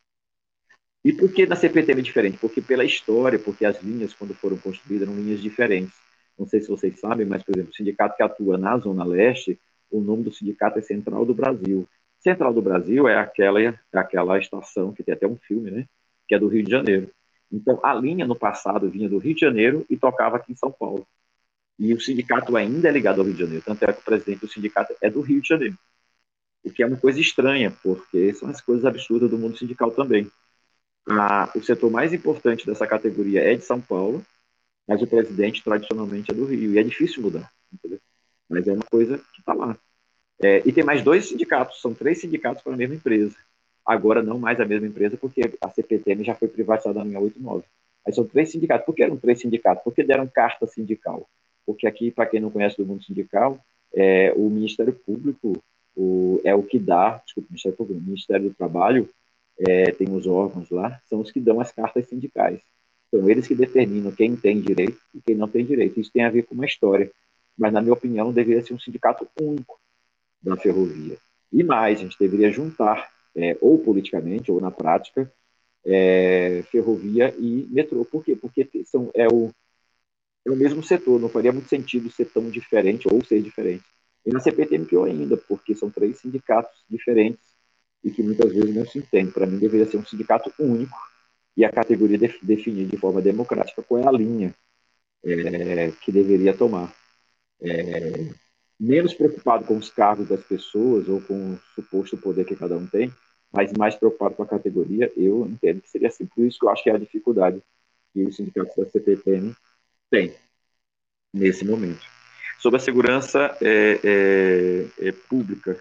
E por que na C P T M é diferente? Porque pela história, porque as linhas, quando foram construídas, eram linhas diferentes. Não sei se vocês sabem, mas, por exemplo, o sindicato que atua na Zona Leste, o nome do sindicato é Central do Brasil. Central do Brasil é aquela, é aquela estação, que tem até um filme, né? Que é do Rio de Janeiro. Então, a linha, no passado, vinha do Rio de Janeiro e tocava aqui em São Paulo. E o sindicato ainda é ligado ao Rio de Janeiro. Tanto é que o presidente do sindicato é do Rio de Janeiro. O que é uma coisa estranha, porque são as coisas absurdas do mundo sindical também. Ah, o setor mais importante dessa categoria é de São Paulo, mas o presidente tradicionalmente é do Rio. E é difícil mudar, entendeu? Mas é uma coisa que está lá. É, e tem mais dois sindicatos, são três sindicatos para a mesma empresa. Agora não mais a mesma empresa, porque a C P T M já foi privatizada na linha oitenta e nove. Aí são três sindicatos. Por que eram três sindicatos? Porque deram carta sindical. Porque aqui, para quem não conhece do mundo sindical, é, o Ministério Público o, é o que dá, desculpa, o Ministério Público, o Ministério do Trabalho, é, tem os órgãos lá, são os que dão as cartas sindicais. São eles que determinam quem tem direito e quem não tem direito. Isso tem a ver com uma história. Mas, na minha opinião, deveria ser um sindicato único da ferrovia. E mais, a gente deveria juntar, é, ou politicamente, ou na prática, é, ferrovia e metrô. Por quê? Porque são, é, o, é o mesmo setor, não faria muito sentido ser tão diferente ou ser diferente. E na C P T M pior ainda, porque são três sindicatos diferentes e que muitas vezes não se entendem. Para mim, deveria ser um sindicato único e a categoria def, definir de forma democrática qual é a linha é, que deveria tomar. É, menos preocupado com os cargos das pessoas ou com o suposto poder que cada um tem, mas mais preocupado com a categoria, eu entendo que seria assim. Por isso que eu acho que é a dificuldade que os sindicatos da C P T M têm nesse momento. Sobre a segurança é, é, é pública,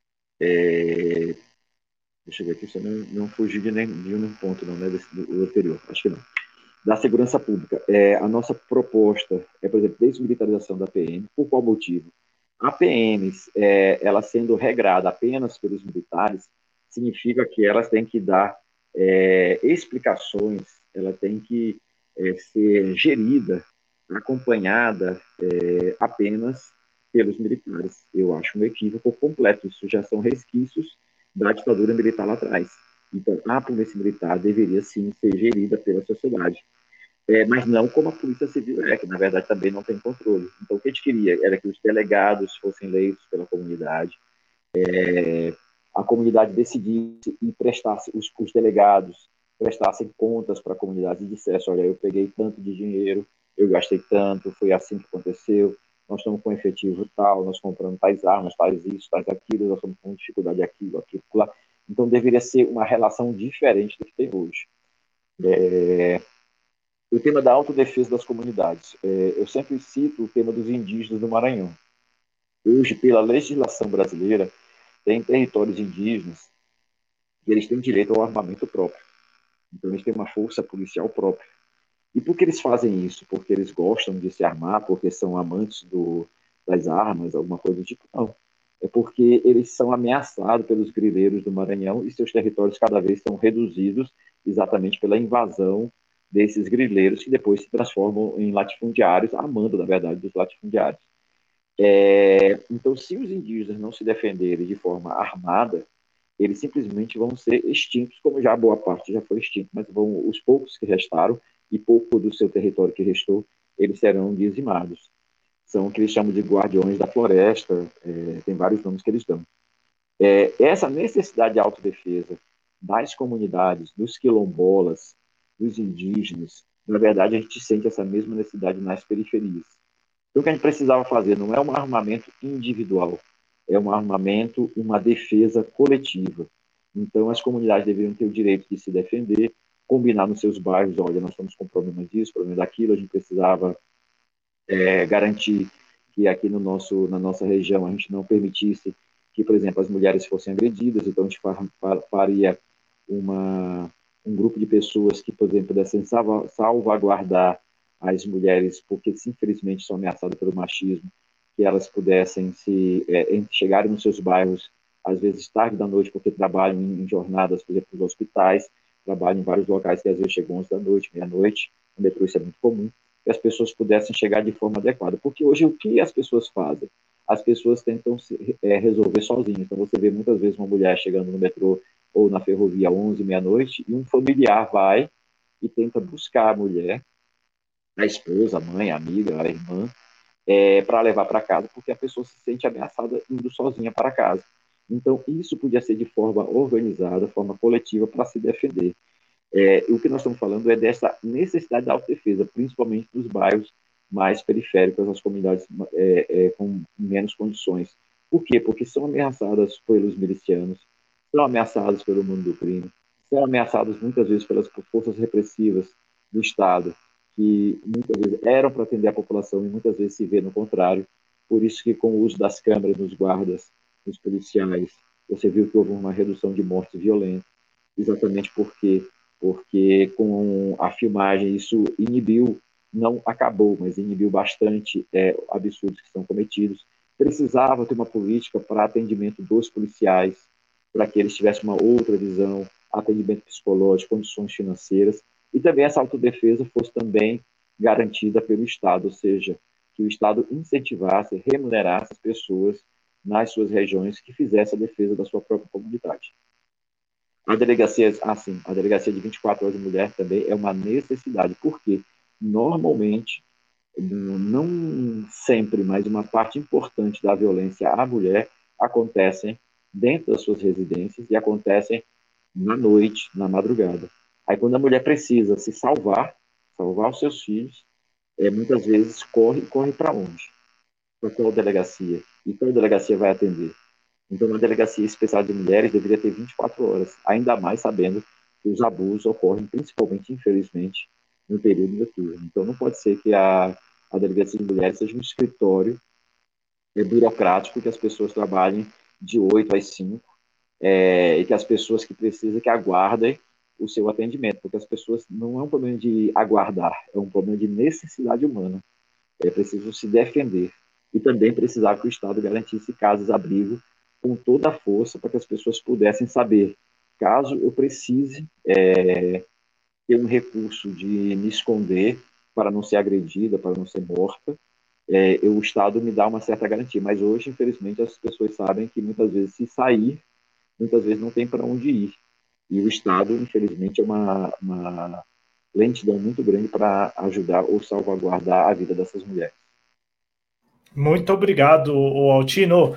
é, deixa eu ver aqui se eu não, não fugir de nenhum ponto não, né, desse, do anterior, acho que não. Da segurança pública, é, a nossa proposta é, por exemplo, desmilitarização da P M. Por qual motivo? A P M, é, ela sendo regrada apenas pelos militares, significa que elas têm que dar é, explicações, ela tem que é, ser gerida, acompanhada é, apenas pelos militares. Eu acho um equívoco completo. Isso já são resquícios da ditadura militar lá atrás. Então, a polícia militar deveria sim ser gerida pela sociedade. É, mas não como a Polícia Civil é, que na verdade também não tem controle. Então, o que a gente queria era que os delegados fossem eleitos pela comunidade, é, a comunidade decidisse e prestasse, os, os delegados prestassem contas para a comunidade e dissessem, olha, eu peguei tanto de dinheiro, eu gastei tanto, foi assim que aconteceu, nós estamos com efetivo tal, nós compramos tais armas, tais isso, tais aquilo, nós estamos com dificuldade aquilo, aquilo, lá. Então, deveria ser uma relação diferente do que tem hoje. É, o tema da autodefesa das comunidades. É, eu sempre cito o tema dos indígenas do Maranhão. Hoje, pela legislação brasileira, tem territórios indígenas que eles têm direito ao armamento próprio. Então, eles têm uma força policial própria. E por que eles fazem isso? Porque eles gostam de se armar, porque são amantes do, das armas, alguma coisa do tipo? Não. é porque eles são ameaçados pelos grileiros do Maranhão e seus territórios cada vez estão reduzidos exatamente pela invasão desses grileiros que depois se transformam em latifundiários, a mando, na verdade, dos latifundiários. É, então, se os indígenas não se defenderem de forma armada, eles simplesmente vão ser extintos, como já boa parte já foi extinto, mas vão, os poucos que restaram e pouco do seu território que restou, eles serão dizimados. São o que eles chamam de guardiões da floresta, é, tem vários nomes que eles dão. É, essa necessidade de autodefesa das comunidades, dos quilombolas, dos indígenas, na verdade, a gente sente essa mesma necessidade nas periferias. Então, o que a gente precisava fazer não é um armamento individual, é um armamento, uma defesa coletiva. Então, as comunidades deveriam ter o direito de se defender, combinar nos seus bairros, olha, nós estamos com problema disso, problema daquilo, a gente precisava é, garantir que aqui no nosso, na nossa região a gente não permitisse que, por exemplo, as mulheres fossem agredidas, então a gente faria uma, um grupo de pessoas que, por exemplo, pudessem salvaguardar as mulheres, porque infelizmente são ameaçadas pelo machismo, que elas pudessem se é, chegarem nos seus bairros, às vezes tarde da noite, porque trabalham em, em jornadas, por exemplo, nos hospitais, trabalham em vários locais que às vezes chegam onze da noite, meia-noite, no metrô isso é muito comum, que as pessoas pudessem chegar de forma adequada. Porque hoje o que as pessoas fazem? As pessoas tentam se, é, resolver sozinhas. Então você vê muitas vezes uma mulher chegando no metrô ou na ferrovia onze, meia-noite, e um familiar vai e tenta buscar a mulher, a esposa, a mãe, a amiga, a irmã, é, para levar para casa, porque a pessoa se sente ameaçada indo sozinha para casa. Então, isso podia ser de forma organizada, forma coletiva, para se defender. É, o que nós estamos falando é dessa necessidade de autodefesa, principalmente dos bairros mais periféricos, as comunidades é, é, com menos condições. Por quê? Porque são ameaçadas pelos milicianos, são ameaçadas pelo mundo do crime, são ameaçadas muitas vezes pelas forças repressivas do Estado, que muitas vezes eram para atender a população e muitas vezes se vê no contrário. Por isso que com o uso das câmeras, dos guardas, dos policiais, você viu que houve uma redução de mortes violentas, exatamente porque porque com a filmagem isso inibiu, não acabou, mas inibiu bastante é, absurdos que são cometidos. Precisava ter uma política para atendimento dos policiais, para que eles tivessem uma outra visão, atendimento psicológico, condições financeiras, e também essa autodefesa fosse também garantida pelo Estado, ou seja, que o Estado incentivasse, remunerasse as pessoas nas suas regiões que fizessem a defesa da sua própria comunidade. A delegacia, assim, a delegacia de vinte e quatro horas de mulher também é uma necessidade, porque normalmente, não sempre, mas uma parte importante da violência à mulher acontecem dentro das suas residências e acontecem na noite, na madrugada. Aí quando a mulher precisa se salvar, salvar os seus filhos, é, muitas vezes corre, corre para onde? Para qual delegacia? E qual delegacia vai atender? Então, uma delegacia especial de mulheres deveria ter vinte e quatro horas, ainda mais sabendo que os abusos ocorrem, principalmente, infelizmente, no período noturno. Então, não pode ser que a, a delegacia de mulheres seja um escritório é, burocrático, que as pessoas trabalhem de oito às cinco, é, e que as pessoas que precisam que aguardem o seu atendimento, porque as pessoas não é um problema de aguardar, é um problema de necessidade humana. É preciso se defender. E também precisava que o Estado garantisse casas-abrigo com toda a força para que as pessoas pudessem saber, caso eu precise é, ter um recurso de me esconder para não ser agredida, para não ser morta, é, o Estado me dá uma certa garantia. Mas hoje, infelizmente, as pessoas sabem que muitas vezes se sair, muitas vezes não tem para onde ir. E o Estado, infelizmente, é uma, uma lentidão muito grande para ajudar ou salvaguardar a vida dessas mulheres. Muito obrigado, Altino.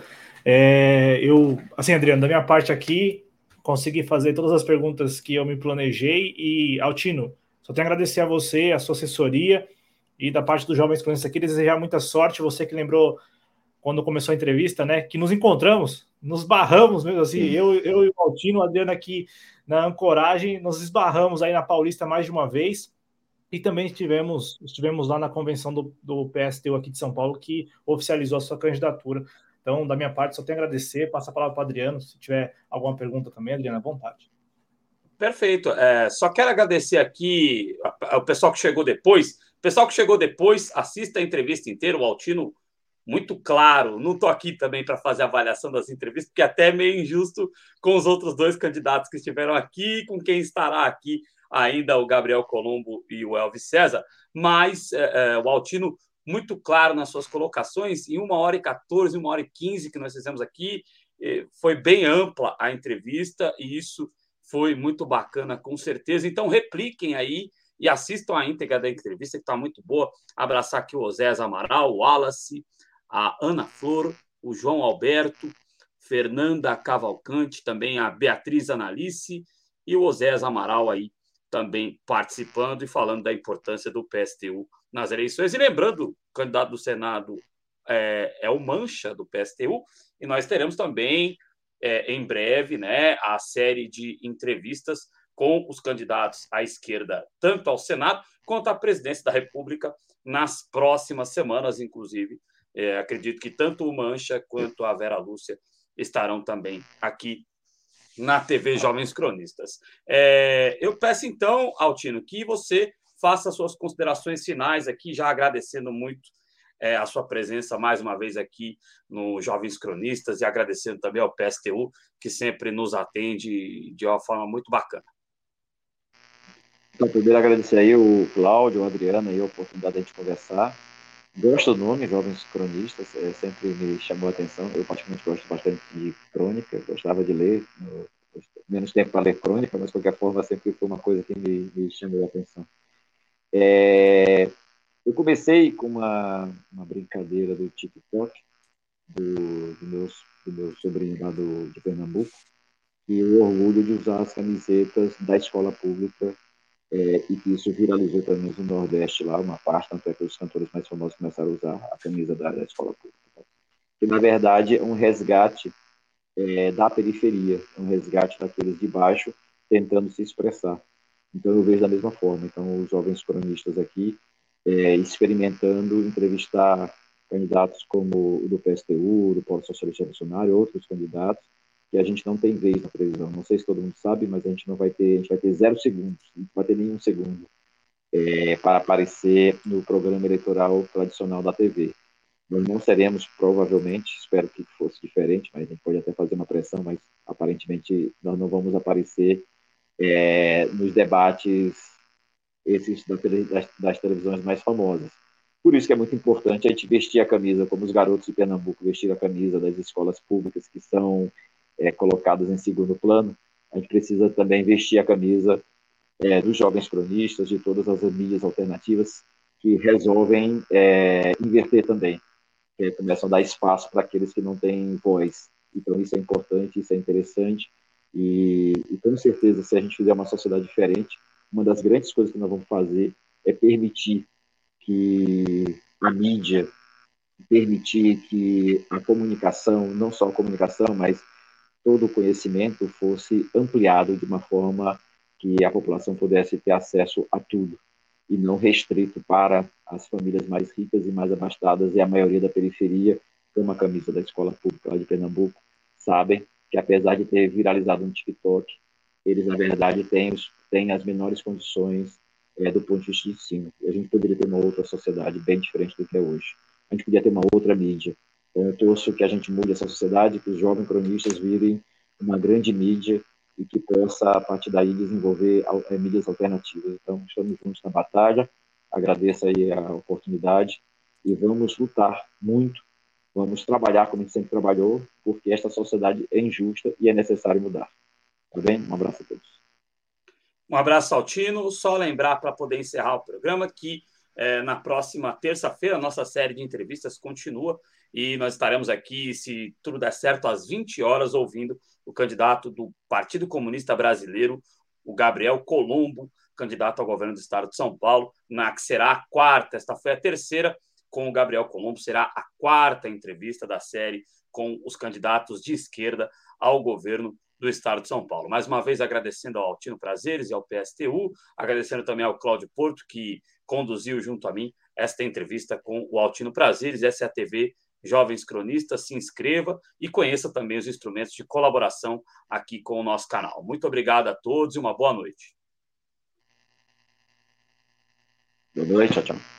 É, eu, assim, Adriano, da minha parte aqui, consegui fazer todas as perguntas que eu me planejei. E, Altino, só tenho a agradecer a você, a sua assessoria e da parte dos Jovens Cronistas aqui, desejar muita sorte. Você que lembrou, quando começou a entrevista, né, que nos encontramos, nos barramos mesmo assim, eu, eu e o Altino, o Adriano aqui na ancoragem, nos esbarramos aí na Paulista mais de uma vez. E também estivemos, estivemos lá na convenção do, do P S T U aqui de São Paulo, que oficializou a sua candidatura. Então, da minha parte, só tenho a agradecer. Passa a palavra para o Adriano. Se tiver alguma pergunta também, Adriano, à vontade. Perfeito. É, só quero agradecer aqui ao pessoal que chegou depois. O pessoal que chegou depois, assista a entrevista inteira. O Altino muito claro. Não estou aqui também para fazer avaliação das entrevistas, porque até é meio injusto com os outros dois candidatos que estiveram aqui, com quem estará aqui ainda, o Gabriel Colombo e o Elvis César, mas é, é, o Altino muito claro nas suas colocações, em uma hora e quatorze, uma hora e quinze que nós fizemos aqui, foi bem ampla a entrevista e isso foi muito bacana, com certeza. Então, repliquem aí e assistam a íntegra da entrevista, que está muito boa. Abraçar aqui o Osés Amaral, o Wallace, a Ana Flor, o João Alberto, Fernanda Cavalcante, também a Beatriz Analice e o Osés Amaral aí também participando e falando da importância do P S T U nas eleições. E lembrando, o candidato do Senado é, é o Mancha, do P S T U, e nós teremos também, é, em breve, né, a série de entrevistas com os candidatos à esquerda, tanto ao Senado quanto à presidência da República, nas próximas semanas, inclusive. É, acredito que tanto o Mancha quanto a Vera Lúcia estarão também aqui na T V Jovens Cronistas. É, eu peço, então, Altino, que você faça suas considerações finais aqui, já agradecendo muito é, a sua presença mais uma vez aqui no Jovens Cronistas e agradecendo também ao P S T U, que sempre nos atende de uma forma muito bacana. Então, primeiro agradecer aí o Cláudio, o Adriano, aí, a oportunidade de a gente conversar. Gosto do nome, Jovens Cronistas, é, sempre me chamou a atenção. Eu, particularmente, gosto bastante de crônica, gostava de ler, no, menos tempo para ler crônica, mas, de qualquer forma, sempre foi uma coisa que me, me chamou a atenção. É, eu comecei com uma, uma brincadeira do TikTok, do, do, meu, do meu sobrinho lá do, de Pernambuco, e o orgulho de usar as camisetas da escola pública, é, e que isso viralizou também no Nordeste lá, uma parte, tanto é que os cantores mais famosos começaram a usar a camisa da, da escola pública. Que, na verdade, é um resgate é, da periferia, é um resgate daqueles de baixo tentando se expressar. Então, eu vejo da mesma forma. Então, os jovens cronistas aqui, é, experimentando entrevistar candidatos como o do P S T U, do Polo Socialista Revolucionário, outros candidatos, que a gente não tem vez na televisão. Não sei se todo mundo sabe, mas a gente não vai ter, a gente vai ter zero segundos, não vai ter nenhum segundo é, para aparecer no programa eleitoral tradicional da T V. Nós não seremos, provavelmente, espero que fosse diferente, mas a gente pode até fazer uma pressão, mas aparentemente nós não vamos aparecer é, nos debates esses da tele, das, das televisões mais famosas. Por isso que é muito importante a gente vestir a camisa, como os garotos de Pernambuco vestiram a camisa das escolas públicas que são é, colocadas em segundo plano. A gente precisa também vestir a camisa é, dos jovens cronistas, de todas as mídias alternativas que resolvem é, inverter também, que começam a dar espaço para aqueles que não têm voz. Então isso é importante, isso é interessante, e, e com certeza, se a gente fizer uma sociedade diferente, uma das grandes coisas que nós vamos fazer é permitir que a mídia, permitir que a comunicação, não só a comunicação, mas todo o conhecimento fosse ampliado de uma forma que a população pudesse ter acesso a tudo, e não restrito para as famílias mais ricas e mais abastadas, e a maioria da periferia, como a camisa da escola pública lá de Pernambuco, sabem que, apesar de ter viralizado no TikTok, eles, na verdade, têm, os, têm as menores condições é, do ponto de vista de ensino. E a gente poderia ter uma outra sociedade bem diferente do que é hoje. A gente podia ter uma outra mídia. Então, eu torço que a gente mude essa sociedade, que os jovens cronistas virem uma grande mídia e que possa, a partir daí, desenvolver é, mídias alternativas. Então, estamos juntos na batalha. Agradeço aí a oportunidade e vamos lutar muito, vamos trabalhar como a gente sempre trabalhou, porque esta sociedade é injusta e é necessário mudar. Tá bem? Um abraço a todos. Um abraço, Altino. Só lembrar, para poder encerrar o programa, que é, na próxima terça-feira a nossa série de entrevistas continua e nós estaremos aqui, se tudo der certo, às vinte horas, ouvindo o candidato do Partido Comunista Brasileiro, o Gabriel Colombo, candidato ao governo do estado de São Paulo, na que será a quarta, esta foi a terceira, com o Gabriel Colombo, será a quarta entrevista da série com os candidatos de esquerda ao governo do estado de São Paulo. Mais uma vez, agradecendo ao Altino Prazeres e ao P S T U, agradecendo também ao Cláudio Porto, que conduziu junto a mim esta entrevista com o Altino Prazeres. Essa é a T V Jovens Cronistas. Se inscreva e conheça também os instrumentos de colaboração aqui com o nosso canal. Muito obrigado a todos e uma boa noite. Boa noite, tchau, tchau.